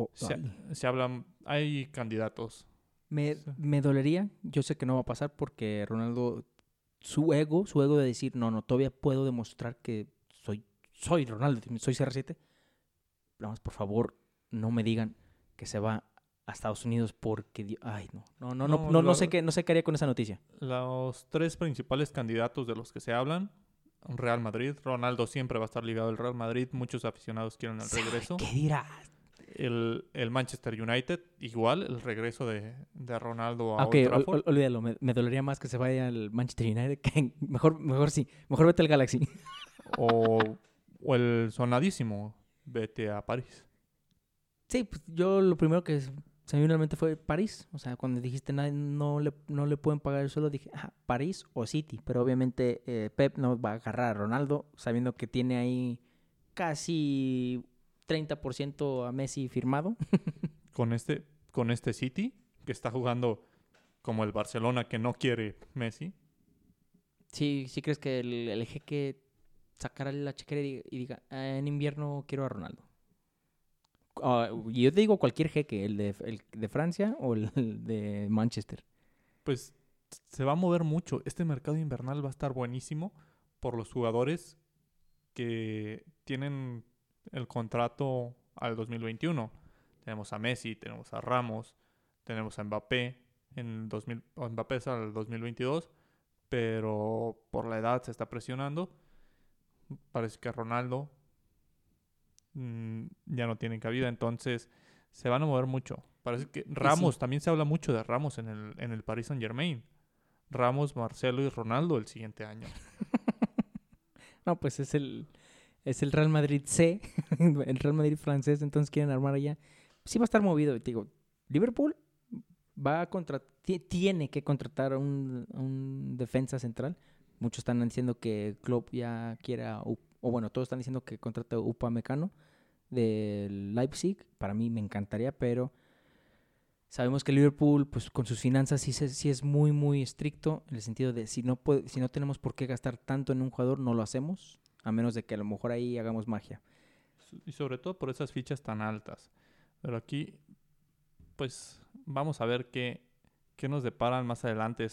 Se hablan, hay candidatos. Me dolería, yo sé que no va a pasar porque Ronaldo, su ego de decir, no, todavía puedo demostrar que soy Ronaldo, soy CR7. Vamos, por favor, no me digan que se va a Estados Unidos porque, ay, no sé qué haría con esa noticia. Los 3 principales candidatos de los que se hablan, Real Madrid. Ronaldo siempre va a estar ligado al Real Madrid. Muchos aficionados quieren el regreso. ¿Qué dirás? El Manchester United, igual, el regreso de Ronaldo a Ok, Old Trafford. olvídalo. Me dolería más que se vaya al Manchester United. Que mejor sí. Mejor vete al Galaxy. o el sonadísimo, vete a París. Sí, pues yo lo primero que se me vino a la mente fue París. O sea, cuando dijiste no le pueden pagar el sueldo, dije, París o City. Pero obviamente Pep no va a agarrar a Ronaldo sabiendo que tiene ahí casi 30% a Messi firmado. Con este City, que está jugando como el Barcelona que no quiere Messi. Sí crees que el jeque sacara la chequera y diga, en invierno quiero a Ronaldo. Yo te digo cualquier jeque, el de Francia o el de Manchester. Pues se va a mover mucho. Este mercado invernal va a estar buenísimo por los jugadores que tienen el contrato al 2021. Tenemos a Messi, tenemos a Ramos, tenemos a Mbappé. Mbappé es al 2022, pero por la edad se está presionando. Parece que Ronaldo ya no tiene cabida, entonces se van a mover mucho. Parece que Ramos, también se habla mucho de Ramos en el Paris Saint-Germain. Ramos, Marcelo y Ronaldo el siguiente año. No, pues es el Real Madrid C, el Real Madrid francés, entonces quieren armar allá. Sí va a estar movido, te digo. Liverpool tiene que contratar a un defensa central. Muchos están diciendo que Klopp ya quiera, o bueno, todos están diciendo que contrate a Upamecano del Leipzig. Para mí me encantaría, pero sabemos que Liverpool, pues con sus finanzas sí es muy, muy estricto en el sentido de si no tenemos por qué gastar tanto en un jugador, no lo hacemos, a menos de que a lo mejor ahí hagamos magia. Y sobre todo por esas fichas tan altas. Pero aquí, pues, vamos a ver qué nos deparan más adelante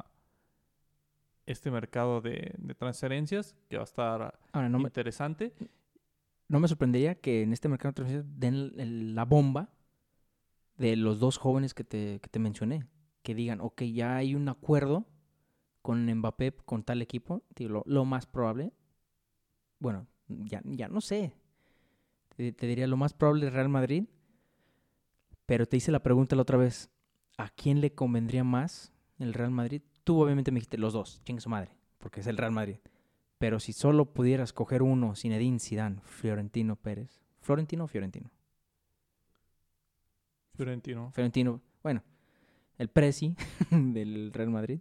este mercado de transferencias, que va a estar interesante. No me sorprendería que en este mercado de transferencias den la bomba de los 2 jóvenes que te mencioné. Que digan, ok, ya hay un acuerdo con Mbappé, con tal equipo. Digo, lo más probable. Bueno, ya no sé. Te diría lo más probable Real Madrid. Pero te hice la pregunta la otra vez. ¿A quién le convendría más el Real Madrid? Tú obviamente me dijiste los 2, chingue su madre, porque es el Real Madrid. Pero si solo pudieras coger uno, Zinedine Zidane, Florentino Pérez. ¿Florentino o Fiorentino? Fiorentino, bueno, el presi del Real Madrid.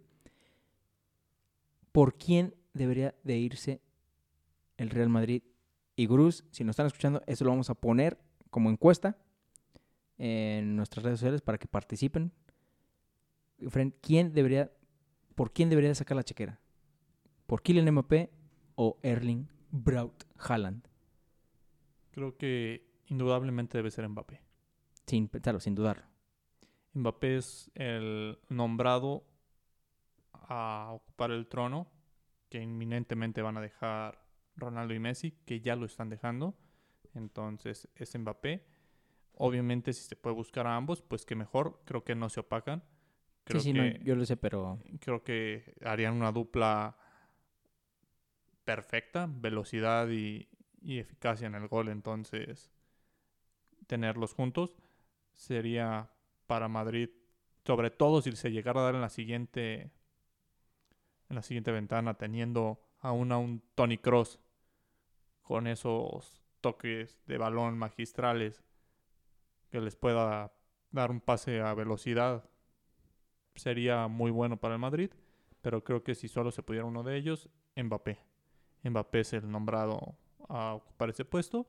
¿Por quién debería de irse el Real Madrid? Y Gurús, si nos están escuchando, eso lo vamos a poner como encuesta en nuestras redes sociales para que participen. ¿Por quién debería de sacar la chequera? ¿Por Kylian Mbappé o Erling Braut Haaland? Creo que indudablemente debe ser Mbappé. Sin pensarlo, sin dudarlo. Mbappé es el nombrado a ocupar el trono que inminentemente van a dejar Ronaldo y Messi, que ya lo están dejando. Entonces es Mbappé. Obviamente si se puede buscar a ambos, pues que mejor. Creo que no se opacan. Yo lo sé, pero... Creo que harían una dupla perfecta, velocidad y eficacia en el gol. Entonces tenerlos juntos sería para Madrid, sobre todo si se llegara a dar en la siguiente ventana, teniendo aún a un Toni Kroos con esos toques de balón magistrales que les pueda dar un pase a velocidad, sería muy bueno para el Madrid. Pero creo que si solo se pudiera uno de ellos, Mbappé es el nombrado a ocupar ese puesto.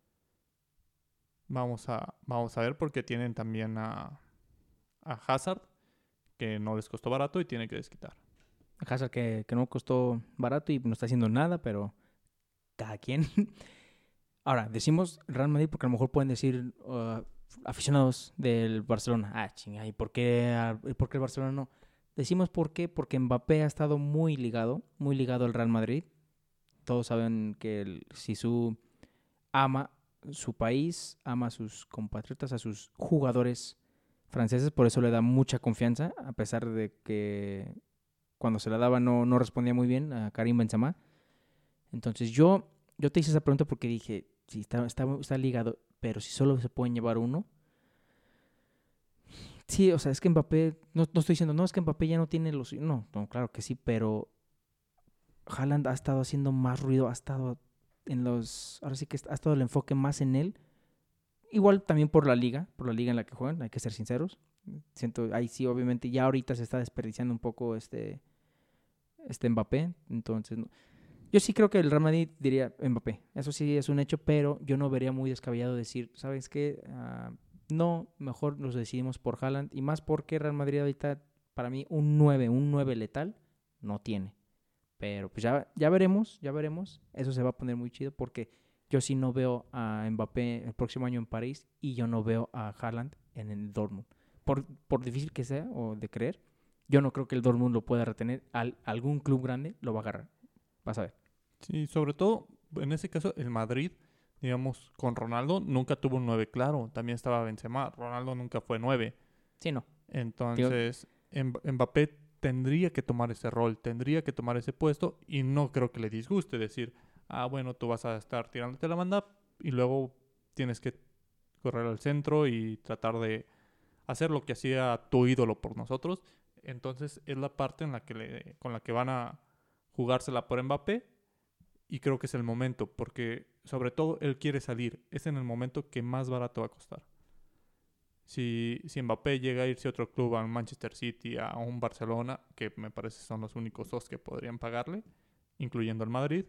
Vamos a ver, porque tienen también a Hazard, que no les costó barato y tiene que desquitar. Hazard que no costó barato y no está haciendo nada, pero cada quien. Ahora, decimos Real Madrid porque a lo mejor pueden decir aficionados del Barcelona. Chinga, ¿y por qué el Barcelona no? Decimos por qué, porque Mbappé ha estado muy ligado al Real Madrid. Todos saben que Zizou ama su país, ama a sus compatriotas, a sus jugadores franceses, por eso le da mucha confianza, a pesar de que cuando se la daba no respondía muy bien a Karim Benzema. Entonces yo te hice esa pregunta porque dije, sí, está ligado, pero si solo se pueden llevar uno. Sí, o sea, es que Mbappé, no estoy diciendo, no, es que Mbappé ya no tiene los... No, claro que sí, pero Haaland ha estado haciendo más ruido, ha estado ahora sí que ha estado el enfoque más en él. Igual también por la liga en la que juegan, hay que ser sinceros. Siento, ahí sí, obviamente, ya ahorita se está desperdiciando un poco este Mbappé, entonces... No. Yo sí creo que el Real Madrid diría Mbappé, eso sí es un hecho, pero yo no vería muy descabellado decir, ¿sabes qué? No, mejor nos decidimos por Haaland, y más porque Real Madrid ahorita, para mí, un 9 letal, no tiene. Pero pues ya veremos. Eso se va a poner muy chido porque yo sí no veo a Mbappé el próximo año en París y yo no veo a Haaland en el Dortmund. Por difícil que sea o de creer, yo no creo que el Dortmund lo pueda retener. Algún club grande lo va a agarrar. Vas a ver. Sí, sobre todo, en ese caso, el Madrid, digamos, con Ronaldo nunca tuvo un 9 claro. También estaba Benzema. Ronaldo nunca fue 9. Sí, no. Entonces, Mbappé tendría que tomar ese rol, tendría que tomar ese puesto y no creo que le disguste decir, bueno, tú vas a estar tirándote la banda y luego tienes que correr al centro y tratar de hacer lo que hacía tu ídolo por nosotros. Entonces, es la parte en la que con la que van a jugársela por Mbappé y creo que es el momento, porque sobre todo él quiere salir, es en el momento que más barato va a costar. Si Mbappé llega a irse a otro club, a un Manchester City, a un Barcelona, que me parece son los únicos dos que podrían pagarle, incluyendo el Madrid.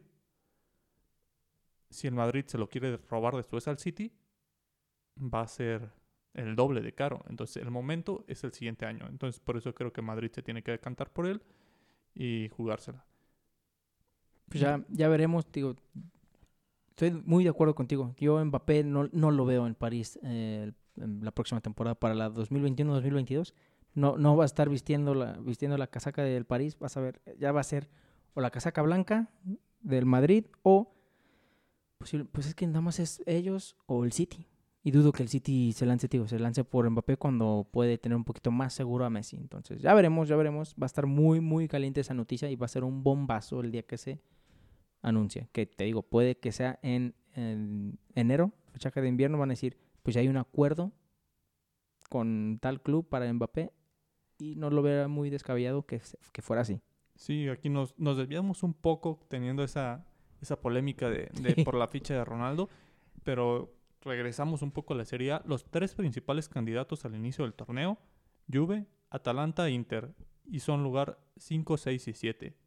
Si el Madrid se lo quiere robar después al City, va a ser el doble de caro. Entonces el momento es el siguiente año. Entonces por eso creo que Madrid se tiene que decantar por él y jugársela. Pues ya veremos, digo. Estoy muy de acuerdo contigo. Yo Mbappé no lo veo en París en la próxima temporada para la 2021-2022. No va a estar vistiendo la casaca del París. Vas a ver, ya va a ser o la casaca blanca del Madrid o pues es que nada más es ellos o el City. Y dudo que el City se lance por Mbappé cuando puede tener un poquito más seguro a Messi. Entonces ya veremos. Va a estar muy, muy caliente esa noticia y va a ser un bombazo el día que se anuncia, que te digo, puede que sea en enero, fechaje de invierno, van a decir, pues ya hay un acuerdo con tal club para Mbappé y no lo vea muy descabellado que fuera así. Sí, aquí nos desviamos un poco teniendo esa polémica por la ficha de Ronaldo, pero regresamos un poco a la Serie A. Los tres principales candidatos al inicio del torneo, Juve, Atalanta e Inter, y son lugar 5, 6 y 7.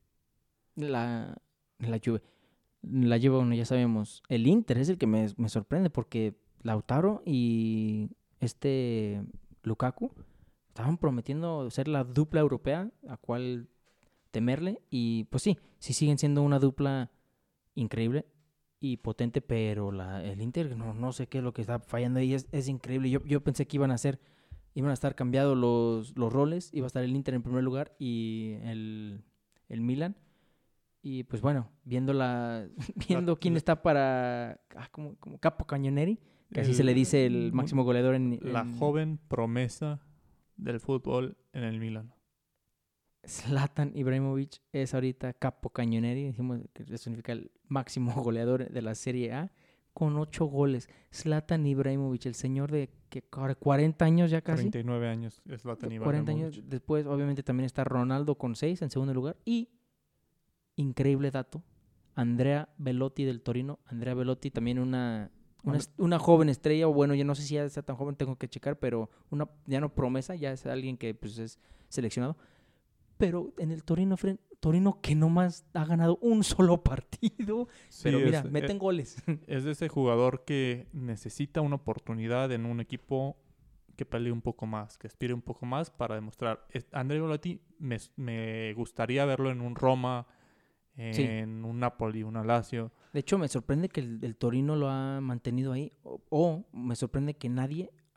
La Juve. La Juve, bueno, ya sabemos. El Inter es el que me sorprende porque Lautaro y Lukaku estaban prometiendo ser la dupla europea a cual temerle. Y pues sí siguen siendo una dupla increíble y potente, pero el Inter no sé qué es lo que está fallando ahí. Es increíble. Yo pensé que iban a estar cambiados los roles. Iba a estar el Inter en primer lugar y el Milan. Y pues bueno, viendo quién está para como Capo Cañoneri, que así se le dice el máximo goleador la joven promesa del fútbol en el Milan. Zlatan Ibrahimovic es ahorita Capo Cañoneri, decimos que eso significa el máximo goleador de la Serie A, con 8 goles. Zlatan Ibrahimovic, el señor de que 40 años ya casi. 39 años es Zlatan Ibrahimovic. 40 años después, obviamente también está Ronaldo con 6 en segundo lugar y increíble dato, Andrea Belotti del Torino. Andrea Belotti también una joven estrella, o bueno, yo no sé si ya sea tan joven, tengo que checar, pero ya no promesa, ya es alguien que pues es seleccionado. Pero en el Torino que nomás ha ganado un solo partido, sí, pero mira, meten goles. Es de ese jugador que necesita una oportunidad en un equipo que pelee un poco más, que aspire un poco más para demostrar. Andrea Belotti me gustaría verlo en un Roma, en un Napoli, un Lazio. De hecho, me sorprende que el Torino lo ha mantenido ahí. O me sorprende que nadie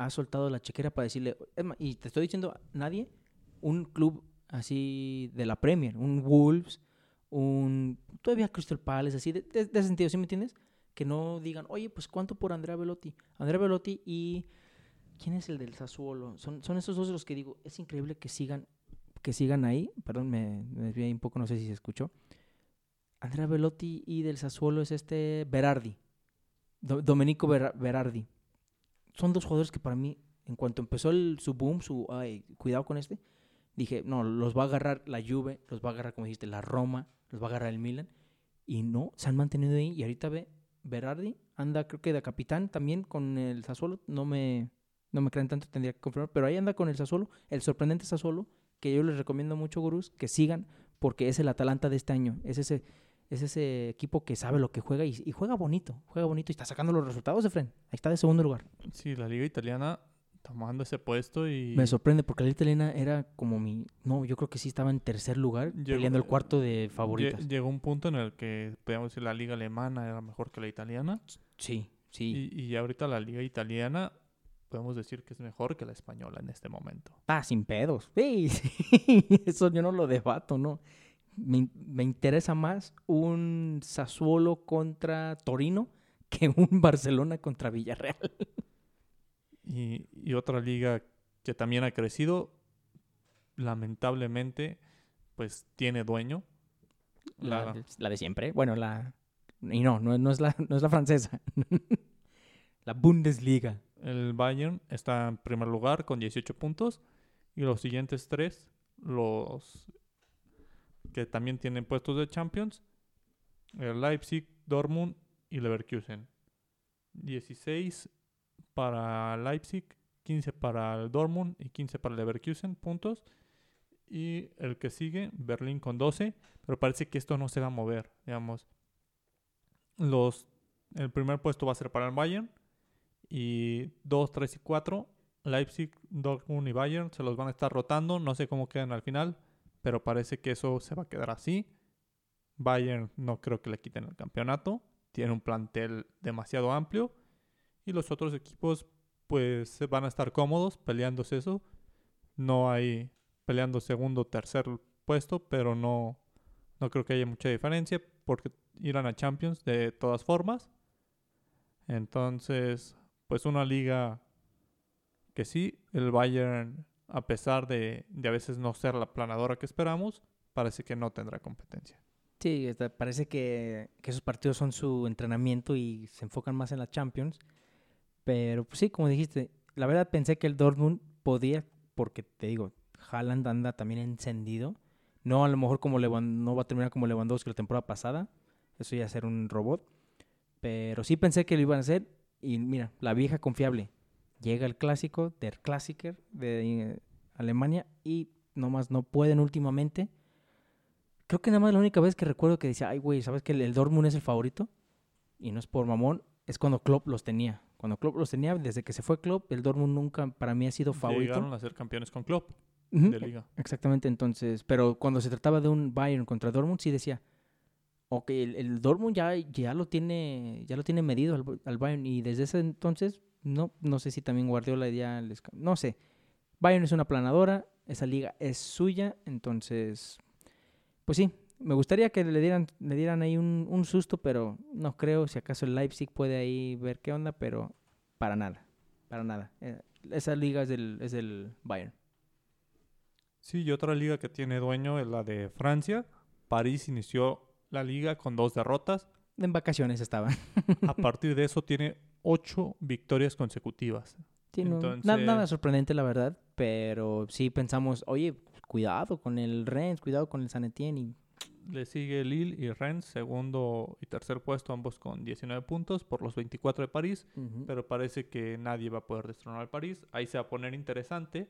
ha soltado la chequera para decirle, y te estoy diciendo, nadie, un club así de la Premier, un Wolves, todavía Crystal Palace, así, de ese sentido, ¿sí me entiendes? Que no digan, oye, pues ¿cuánto por Andrea Belotti? Andrea Belotti y... ¿Quién es el del Sassuolo? Son esos dos los que digo, es increíble que sigan ahí. Perdón, me desvié ahí un poco, no sé si se escuchó. Andrea Belotti y del Sassuolo es Berardi. Domenico Berardi. Son dos jugadores que para mí, en cuanto empezó su boom, cuidado con dije, no, los va a agarrar la Juve, los va a agarrar, como dijiste, la Roma, los va a agarrar el Milan. Y no, se han mantenido ahí. Y ahorita Berardi anda, creo que de capitán también con el Sassuolo. No me crean tanto, tendría que confirmar. Pero ahí anda con el Sassuolo, el sorprendente Sassuolo, que yo les recomiendo mucho, gurús, que sigan, porque es el Atalanta de este año. Es ese equipo que sabe lo que juega y juega bonito y está sacando los resultados, Efren. Ahí está de segundo lugar. Sí, la liga italiana tomando ese puesto y... Me sorprende porque la liga italiana era como No, yo creo que sí estaba en tercer lugar, peleando el cuarto de favoritas. Llegó un punto en el que, podríamos decir, la liga alemana era mejor que la italiana. Sí. Y ahorita la liga italiana podemos decir que es mejor que la española en este momento. Sin pedos. Sí. Eso yo no lo debato, ¿no? Me interesa más un Sassuolo contra Torino que un Barcelona contra Villarreal. Y otra liga que también ha crecido, lamentablemente, pues tiene dueño. La de siempre. Bueno, y no es la francesa. La Bundesliga. El Bayern está en primer lugar con 18 puntos. Y los siguientes tres, los que también tienen puestos de Champions, el Leipzig, Dortmund y Leverkusen. 16 para Leipzig, 15 para el Dortmund y 15 para el Leverkusen, puntos. Y el que sigue, Berlín con 12, pero parece que esto no se va a mover, digamos. El primer puesto va a ser para el Bayern y 2, 3 y 4, Leipzig, Dortmund y Bayern se los van a estar rotando, no sé cómo quedan al final, pero parece que eso se va a quedar así. Bayern no creo que le quiten el campeonato, tiene un plantel demasiado amplio y los otros equipos pues van a estar cómodos peleándose eso. No hay peleando segundo o tercer puesto, pero no creo que haya mucha diferencia porque irán a Champions de todas formas. Entonces, pues una liga que sí, el Bayern, a pesar de a veces no ser la planadora que esperamos, parece que no tendrá competencia. Sí, parece que esos partidos son su entrenamiento y se enfocan más en la Champions. Pero pues sí, como dijiste, la verdad pensé que el Dortmund podía, porque te digo, Haaland anda también encendido. No a lo mejor no va a terminar como Lewandowski la temporada pasada. Eso ya ser un robot. Pero sí pensé que lo iban a hacer. Y mira, la vieja confiable. Llega el clásico, Der Klassiker de Alemania. Y nomás no pueden últimamente. Creo que nada más la única vez que recuerdo que decía, ay güey, ¿sabes que el Dortmund es el favorito? Y no es por mamón, es cuando Klopp los tenía. Cuando Klopp los tenía, desde que se fue Klopp, el Dortmund nunca para mí ha sido favorito. Llegaron a ser campeones con Klopp de liga. Exactamente, entonces, pero cuando se trataba de un Bayern contra Dortmund, sí decía, ok, el Dortmund ya lo tiene medido al Bayern, y desde ese entonces, no sé si también Guardiola ya no sé. Bayern es una planadora, esa liga es suya, entonces, pues sí, me gustaría que le dieran ahí un susto, pero no creo. Si acaso el Leipzig puede ahí ver qué onda, pero para nada. Esa liga es del Bayern. Sí, y otra liga que tiene dueño es la de Francia. París inició la liga con 2 derrotas. En vacaciones estaba. A partir de eso tiene 8 victorias consecutivas. Sí, entonces, nada sorprendente, la verdad, pero sí pensamos, oye, cuidado con el Rennes, cuidado con el Saint-Étienne. Y le sigue Lille y Rennes, segundo y tercer puesto, ambos con 19 puntos por los 24 de París. Pero parece que nadie va a poder destronar al París. Ahí se va a poner interesante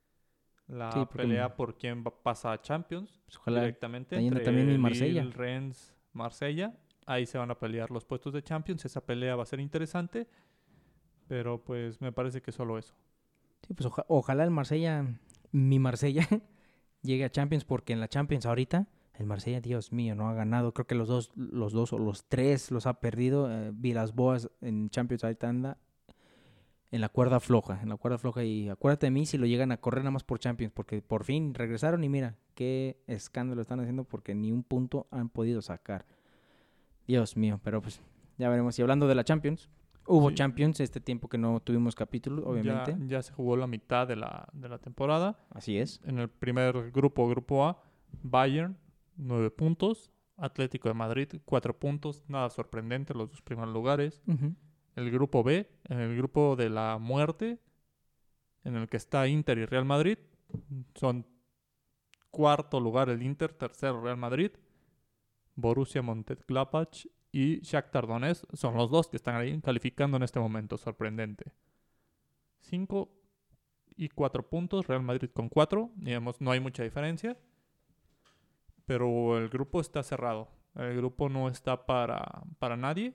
la pelea por quién pasa a Champions, pues ojalá directamente entre también mi Marsella. Lille, Rennes, Marsella. Ahí se van a pelear los puestos de Champions. Esa pelea va a ser interesante, pero pues me parece que solo eso. Sí, pues ojalá mi Marsella, llegue a Champions, porque en la Champions ahorita el Marsella, Dios mío, no ha ganado. Creo que los dos o los tres los ha perdido. Villas-Boas en Champions ahorita anda en la cuerda floja, y acuérdate de mí si lo llegan a correr nada más por Champions, porque por fin regresaron y mira, qué escándalo están haciendo porque ni un punto han podido sacar. Dios mío, pero pues ya veremos. Y hablando de la Champions, hubo Sí, Champions este tiempo que no tuvimos capítulo, obviamente. ya se jugó la mitad de la temporada. Así es. En el primer grupo, grupo A, Bayern, 9 puntos. Atlético de Madrid, 4 puntos. Nada sorprendente, los dos primeros lugares. Ujú. El grupo B, en el grupo de la muerte, en el que está Inter y Real Madrid. Son cuarto lugar el Inter, tercero Real Madrid. Borussia Mönchengladbach y Shakhtar Donetsk son los dos que están ahí calificando en este momento, sorprendente. 5 y 4 puntos, Real Madrid con 4, digamos, no hay mucha diferencia, pero el grupo está cerrado, el grupo no está para nadie.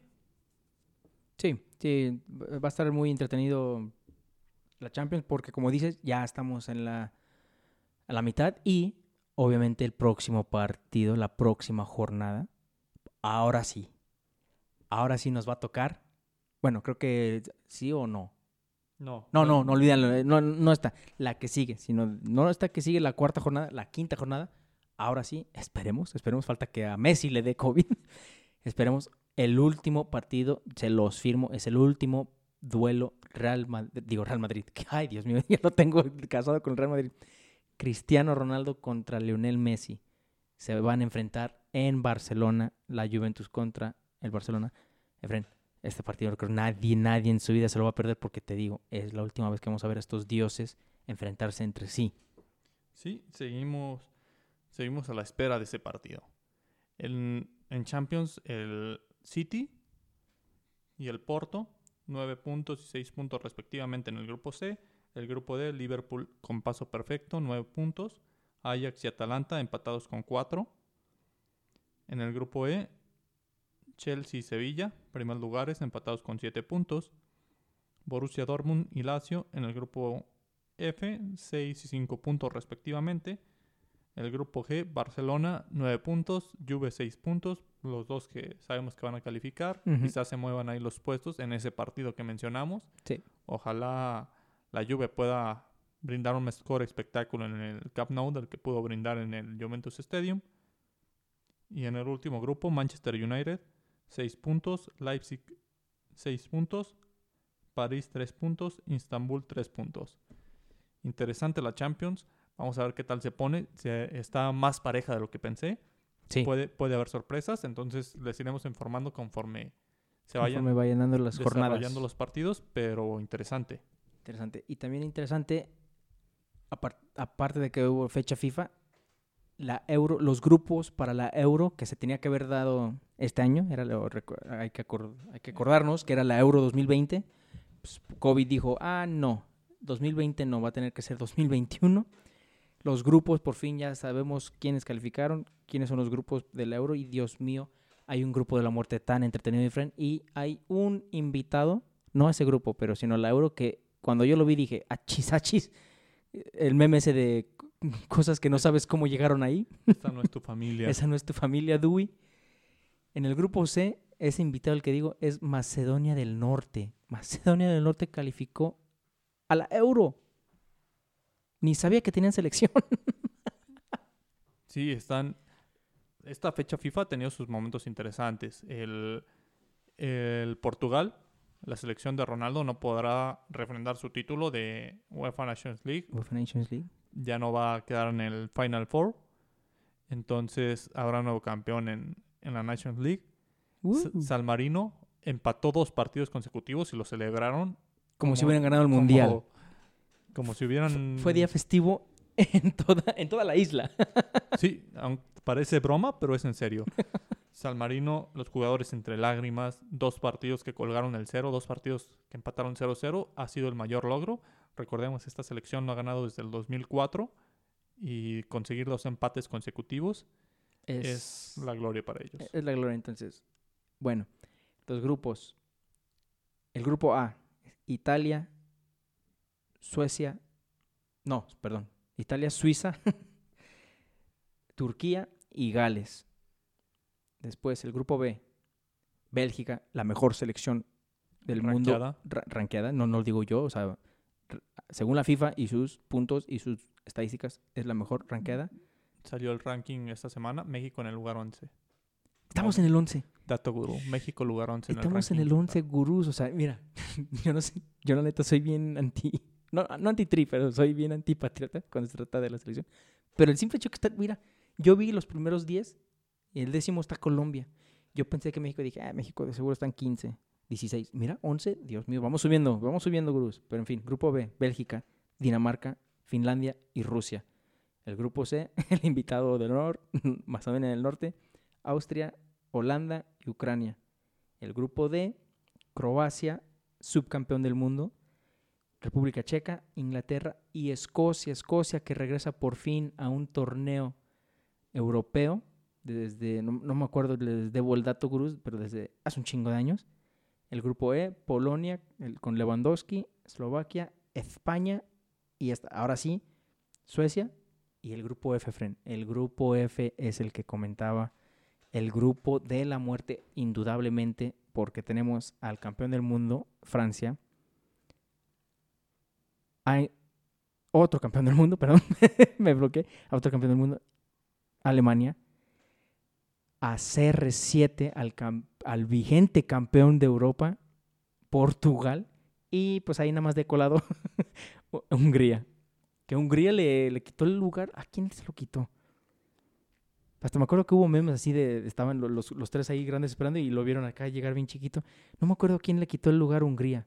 Sí, va a estar muy entretenido la Champions porque como dices, ya estamos a la mitad y obviamente el próximo partido, la próxima jornada, ahora sí nos va a tocar. Bueno, creo que sí o no. No, No olvídalo, no está la que sigue, sino no está que sigue la cuarta jornada, la quinta jornada. Ahora sí, esperemos, falta que a Messi le dé COVID. Esperemos el último partido, se los firmo, es el último duelo Real Madrid. Ay, Dios mío, ya lo tengo casado con el Real Madrid. Cristiano Ronaldo contra Lionel Messi. Se van a enfrentar en Barcelona, la Juventus contra el Barcelona. Efren, este partido creo que nadie en su vida se lo va a perder porque te digo, es la última vez que vamos a ver a estos dioses enfrentarse entre sí. Sí, seguimos a la espera de ese partido. En Champions, el City y el Porto, 9 puntos y 6 puntos respectivamente en el grupo C. El grupo D, Liverpool con paso perfecto, 9 puntos. Ajax y Atalanta empatados con 4. En el grupo E, Chelsea y Sevilla, primeros lugares, empatados con 7 puntos. Borussia Dortmund y Lazio en el grupo F, 6 y 5 puntos respectivamente. El grupo G, Barcelona, 9 puntos, Juve 6 puntos, los dos que sabemos que van a calificar. Uh-huh. Quizás se muevan ahí los puestos en ese partido que mencionamos. Sí. Ojalá la Juve pueda brindar un mejor espectáculo en el Camp Nou del que pudo brindar en el Juventus Stadium. Y en el último grupo, Manchester United, 6 puntos, Leipzig 6 puntos, París 3 puntos, Istanbul 3 puntos. Interesante la Champions. Vamos a ver qué tal se pone. Está más pareja de lo que pensé. Sí. Puede haber sorpresas. Entonces les iremos informando conforme vayan dando las desarrollando jornadas. los partidos. Pero interesante. Y también interesante, aparte de que hubo fecha FIFA, la Euro, los grupos para la Euro que se tenía que haber dado este año, hay que acordarnos que era la Euro 2020. Pues, COVID dijo, no, 2020 no, va a tener que ser 2021. Los grupos, por fin ya sabemos quiénes calificaron, quiénes son los grupos de la Euro. Y Dios mío, hay un grupo de la muerte tan entretenido, Efren. Y hay un invitado, no a ese grupo, pero sino a la Euro, que cuando yo lo vi dije, achis, el meme ese de cosas que no sabes cómo llegaron ahí. Esta no es tu familia. Esa no es tu familia, Dewey. En el grupo C, ese invitado, el que digo, es Macedonia del Norte. Macedonia del Norte calificó a la Euro. Ni sabía que tenían selección. Sí, esta fecha FIFA ha tenido sus momentos interesantes. El Portugal, la selección de Ronaldo, no podrá refrendar su título de UEFA Nations League. Ya no va a quedar en el Final Four. Entonces habrá nuevo campeón en la Nations League. San Marino empató 2 partidos consecutivos y lo celebraron. Como si hubieran ganado el Mundial. Como si hubieran... Fue día festivo en toda la isla. Sí, parece broma, pero es en serio. San Marino, los jugadores entre lágrimas, 2 partidos que colgaron el 0, 2 partidos que empataron 0-0, ha sido el mayor logro. Recordemos, esta selección no ha ganado desde el 2004 y conseguir 2 empates consecutivos es la gloria para ellos. Es la gloria, entonces. Bueno, los grupos. El grupo A, Italia, Suiza, Turquía y Gales. Después el grupo B, Bélgica, la mejor selección del Ranqueada. mundo ranqueada, no lo digo yo, o sea, según la FIFA y sus puntos y sus estadísticas, es la mejor ranqueada. Salió el ranking esta semana. México en el lugar 11. Estamos en el 11. Dato gurú. México lugar 11 en el ranking. Estamos en el 11, gurús. O sea, mira, yo no sé, yo la neta soy bien no anti-tri, pero soy bien antipatriota cuando se trata de la selección. Pero el simple hecho que está, mira, yo vi los primeros 10 y el 10º está Colombia. Yo pensé que México, dije, México de seguro están 15, 16. Mira, 11, Dios mío, vamos subiendo, gurús. Pero en fin, grupo B, Bélgica, Dinamarca, Finlandia y Rusia. El grupo C, el invitado del honor, más o menos en el norte, Austria, Holanda y Ucrania. El grupo D, Croacia, subcampeón del mundo, República Checa, Inglaterra y Escocia. Escocia que regresa por fin a un torneo europeo desde, no me acuerdo, les debo el dato, gurús, pero desde hace un chingo de años. El grupo E, Polonia, con Lewandowski, Eslovaquia, España y hasta ahora sí, Suecia. Y el grupo F, Fren. El grupo F es el que comentaba, el grupo de la muerte, indudablemente, porque tenemos al campeón del mundo, Francia. Hay otro campeón del mundo, perdón, me bloqueé. Otro campeón del mundo, Alemania. A CR7, al vigente campeón de Europa, Portugal. Y pues ahí nada más de colado, Hungría. Que Hungría le quitó el lugar. ¿A quién se lo quitó? Hasta me acuerdo que hubo memes así estaban los tres ahí grandes esperando y lo vieron acá llegar bien chiquito. No me acuerdo quién le quitó el lugar a Hungría.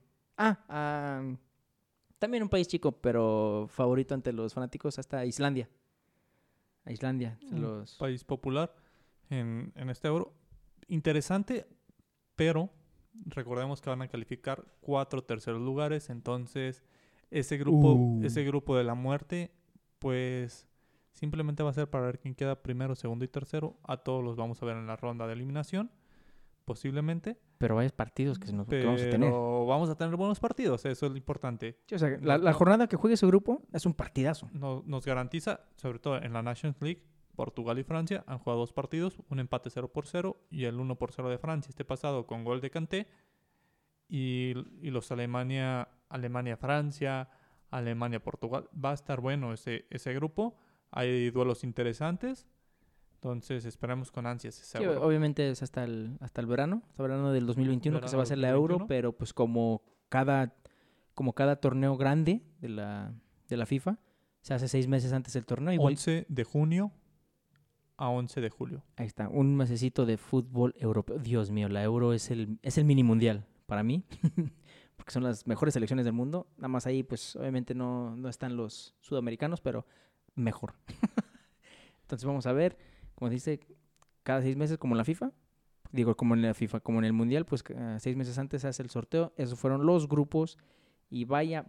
También un país chico, pero favorito ante los fanáticos, hasta Islandia. A Islandia. País popular en este Euro. Interesante, pero recordemos que van a calificar 4 terceros lugares, entonces ese grupo de la muerte, pues simplemente va a ser para ver quién queda primero, segundo y tercero. A todos los vamos a ver en la ronda de eliminación, posiblemente. Pero hay partidos que vamos a tener. Pero vamos a tener buenos partidos, eso es lo importante. Sí, o sea, la jornada que juegue ese grupo es un partidazo. Nos garantiza, sobre todo en la Nations League, Portugal y Francia han jugado 2 partidos, un empate 0-0 y el 1-0 de Francia este pasado con gol de Kanté. Y los Alemania-Francia, Alemania-Portugal. Va a estar bueno ese grupo. Hay duelos interesantes. Entonces esperamos con ansias ese Euro. Obviamente es hasta el verano del 2021 que se va a hacer la Euro, pero pues como cada torneo grande de la FIFA, se hace 6 meses antes del torneo. Igual, 11 de junio a 11 de julio. Ahí está, un mesecito de fútbol europeo. Dios mío, la Euro es el mini mundial para mí, porque son las mejores selecciones del mundo. Nada más ahí, pues obviamente no están los sudamericanos, pero mejor. Entonces vamos a ver, como dice, cada 6 meses como en la FIFA, como en la FIFA, como en el Mundial, pues 6 meses antes se hace el sorteo. Esos fueron los grupos y vaya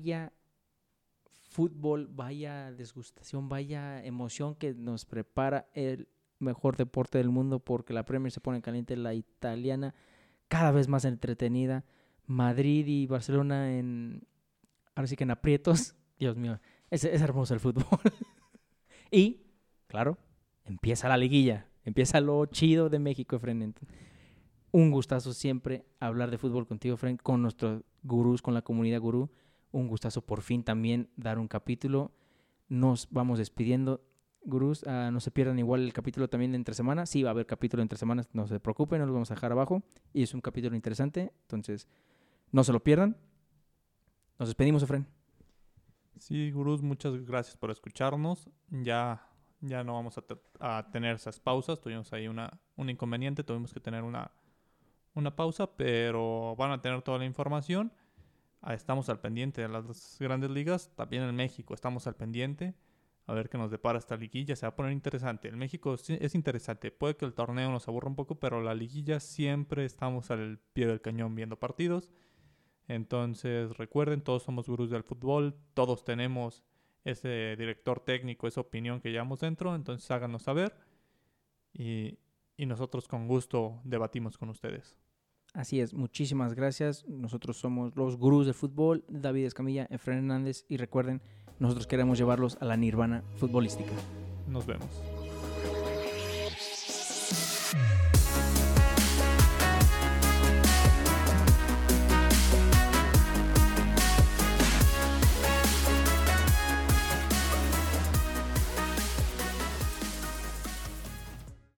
fútbol, vaya desgustación, vaya emoción que nos prepara el mejor deporte del mundo, porque la Premier se pone caliente, la italiana cada vez más entretenida, Madrid y Barcelona ahora sí que en aprietos. Dios mío, es hermoso el fútbol. Y, claro, empieza la liguilla, empieza lo chido de México, Efren. Un gustazo siempre hablar de fútbol contigo, Efren, con nuestros gurús, con la comunidad gurú. Un gustazo por fin también dar un capítulo. Nos vamos despidiendo, gurús. No se pierdan igual el capítulo también de entre semanas. Sí, va a haber capítulo entre semanas, no se preocupen, no lo vamos a dejar abajo. Y es un capítulo interesante, entonces no se lo pierdan. Nos despedimos, Efren. Sí, gurús, muchas gracias por escucharnos. Ya no vamos a tener esas pausas. Tuvimos ahí un inconveniente, tuvimos que tener una pausa, pero van a tener toda la información. Estamos al pendiente de las grandes ligas, también en México estamos al pendiente, a ver qué nos depara esta liguilla. Se va a poner interesante. El México es interesante, puede que el torneo nos aburra un poco, pero la liguilla siempre estamos al pie del cañón viendo partidos. Entonces recuerden, todos somos gurús del fútbol, todos tenemos ese director técnico, esa opinión que llevamos dentro, entonces háganos saber y nosotros con gusto debatimos con ustedes. Así es, muchísimas gracias. Nosotros somos los gurús del fútbol, David Escamilla, Efraín Hernández, y recuerden, nosotros queremos llevarlos a la nirvana futbolística. Nos vemos.